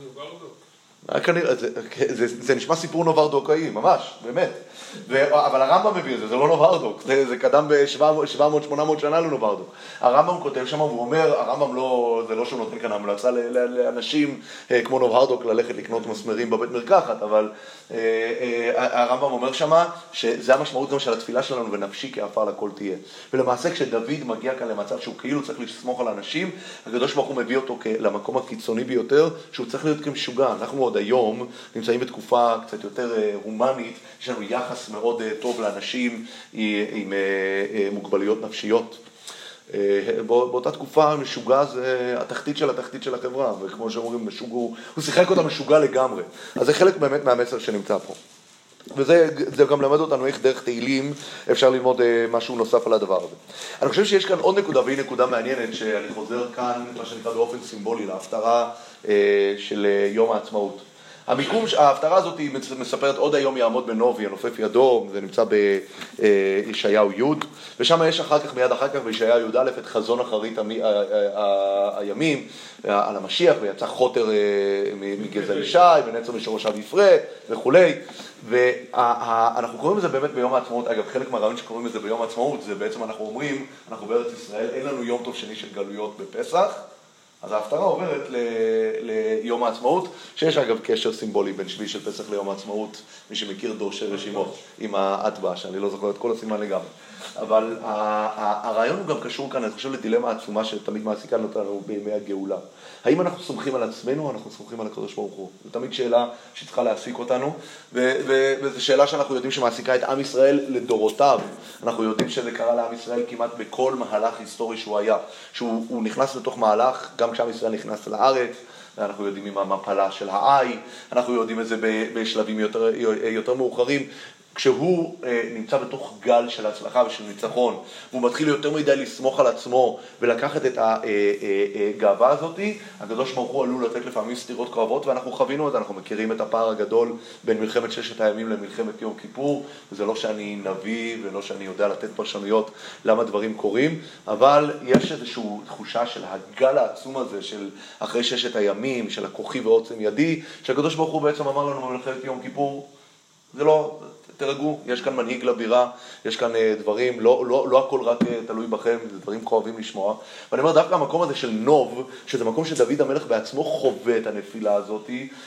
זה נשמע סיפור נוברדוקאי, ממש, באמת. אבל הרמב"ם מביא את זה, זה לא נוברדוק, זה קדם ב-700-800 שנה לנוברדוק. הרמב"ם כותב שם, והוא אומר, הרמב"ם לא, זה לא שהוא נותן כאן המלצה לאנשים כמו נוברדוק ללכת לקנות מסמרים בבית מרקחת, אבל הרמב"ם אומר שם שזה המשמעות גם של התפילה שלנו, ונפשי כעפר לכל תהיה. ולמעשה כשדוד מגיע כאן למצב שהוא כאילו צריך לסמוך על אנשים, הקדוש ברוך הוא מביא אותו למקום הקיצוני ביותר, שהוא צריך להיות כמשוגע. אנחנו עוד היום נמצאים בתקופה קצת יותר הומנית, יש לנו יחס מאוד טוב לאנשים עם מוגבלויות נפשיות. באותה תקופה משוגע זה התחתית של החברה, וכמו שאומרים, הוא שיחק אותה משוגע לגמרי. אז זה חלק באמת מהמסר שנמצא פה. וזה גם למד אותנו איך דרך תהילים אפשר ללמוד משהו נוסף על הדבר הזה. אני חושב שיש כאן עוד נקודה, והיא נקודה מעניינת, שאני חוזר כאן, מה שנקרא באופן סימבולי, להפטרה של יום העצמאות. ההפטרה הזאת היא מספרת עוד היום יעמוד בנוב ינופף ידו, זה נמצא בישעיהו י', ושם יש מיד אחר כך בישעיהו י' את חזון אחרית הימים על המשיח, ויצא חוטר מגזע ישי, ונצר משורשיו יפרה וכולי, ואנחנו קוראים לזה באמת ביום העצמאות. אגב, חלק מהרעיון שקוראים לזה ביום העצמאות, זה בעצם אנחנו אומרים, אנחנו בארץ ישראל, אין לנו יום טוב שני של גלויות בפסח, אז ההפטרה עוברת ליום העצמאות, שיש אגב קשר סימבולי בין שביעי של פסח ליום העצמאות, מי שמכיר דורשי רשימות עם ההטבעה, שאני לא זוכר את כל הסימן לגמרי. אבל הרעיון הוא גם קשור כאן, אני חושב, לדילמה עצומה שתמיד מעסיקה אותנו בימי הגאולה. האם אנחנו סומכים על עצמנו או אנחנו סומכים על הקדוש ברוך הוא? זו תמיד שאלה שצריכה להעסיק אותנו, וזו שאלה שאנחנו יודעים שמעסיקה את עם ישראל לדורותיו. אנחנו יודעים שזה קרה לעם ישראל כמעט בכל מהלך היסטורי שהוא היה, שהוא נכנס לתוך מהלך, גם כשעם ישראל נכנס לארץ, אנחנו יודעים עם המפלה של העי, אנחנו יודעים את זה בשלבים יותר מאוחרים, כשהוא נמצא בתוך גל של הצלחה ושל ניצחון, והוא מתחיל יותר מדי לסמוך על עצמו ולקחת את הגאווה הזאת, הקדוש ברוך הוא עלול לתת לפעמים סתירות כואבות, ואנחנו חווינו את זה, אנחנו מכירים את הפער הגדול בין מלחמת ששת הימים למלחמת יום כיפור, וזה לא שאני נביא ולא שאני יודע לתת פרשנויות למה דברים קורים, אבל יש איזושהי תחושה של הגל העצום הזה של אחרי ששת הימים, של הכוחי ועוצם ידי, שהקדוש ברוך הוא בעצם אמר לנו במלחמת יום כיפור, זה לא, תרגעו, יש כאן מנהיג לבירה, יש כאן דברים, לא הכל רק תלוי בכם, זה דברים כואבים לשמוע. ואני אומר, דווקא המקום הזה של נוב, שזה מקום שדוד המלך בעצמו חווה את הנפילה הזאת,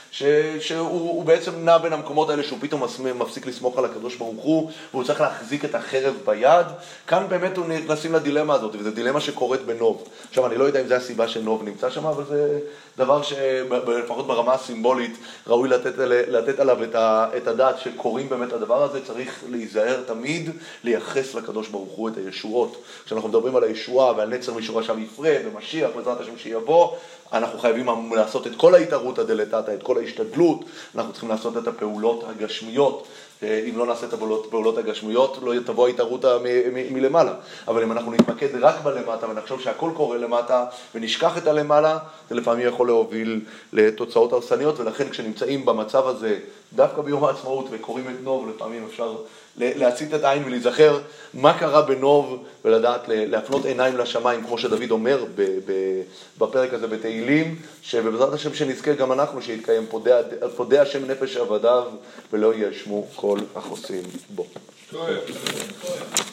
שהוא בעצם נע בין המקומות האלה, שהוא פתאום מפסיק לסמוך על הקדוש ברוך הוא, והוא צריך להחזיק את החרב ביד. כאן באמת הוא נכנסים לדילמה הזאת, וזו דילמה שקורית בנוב. עכשיו, אני לא יודע אם זה הסיבה שנוב נמצא שם, אבל זה דבר שלפחות ברמה הסימבולית ראוי לתת עליו את הדעת שקוראים באמת הדבר הזה. צריך להיזהר תמיד לייחס לקדוש ברוך הוא את הישועות. כשאנחנו מדברים על הישועה ועל נצר משורשיו יפרה ומשיח בעזרת השם שיבוא, אנחנו חייבים לעשות את כל ההתערותא דלתתא, את כל ההשתדלות, אנחנו צריכים לעשות את הפעולות הגשמיות. אם לא נעשה את הפעולות הגשמיות, לא תבוא ההתערותא מלמעלה. אבל אם אנחנו נתמקד רק בלמטה ונחשוב שהכל קורה למטה ונשכח את הלמעלה, זה לפעמים יכול להוביל לתוצאות הרסניות, ולכן כשנמצאים במצב הזה, דווקא ביום העצמאות וקוראים את נוב, לפעמים אפשר להציץ את העין ולהיזכר מה קרה בנוב, ולדעת להפנות עיניים לשמיים, כמו שדוד אומר בפרק הזה בתהילים, שבעזרת השם שנזכה גם אנחנו שיתקיים פודה השם נפש עבדיו ולא יאשמו כל החוסים בו.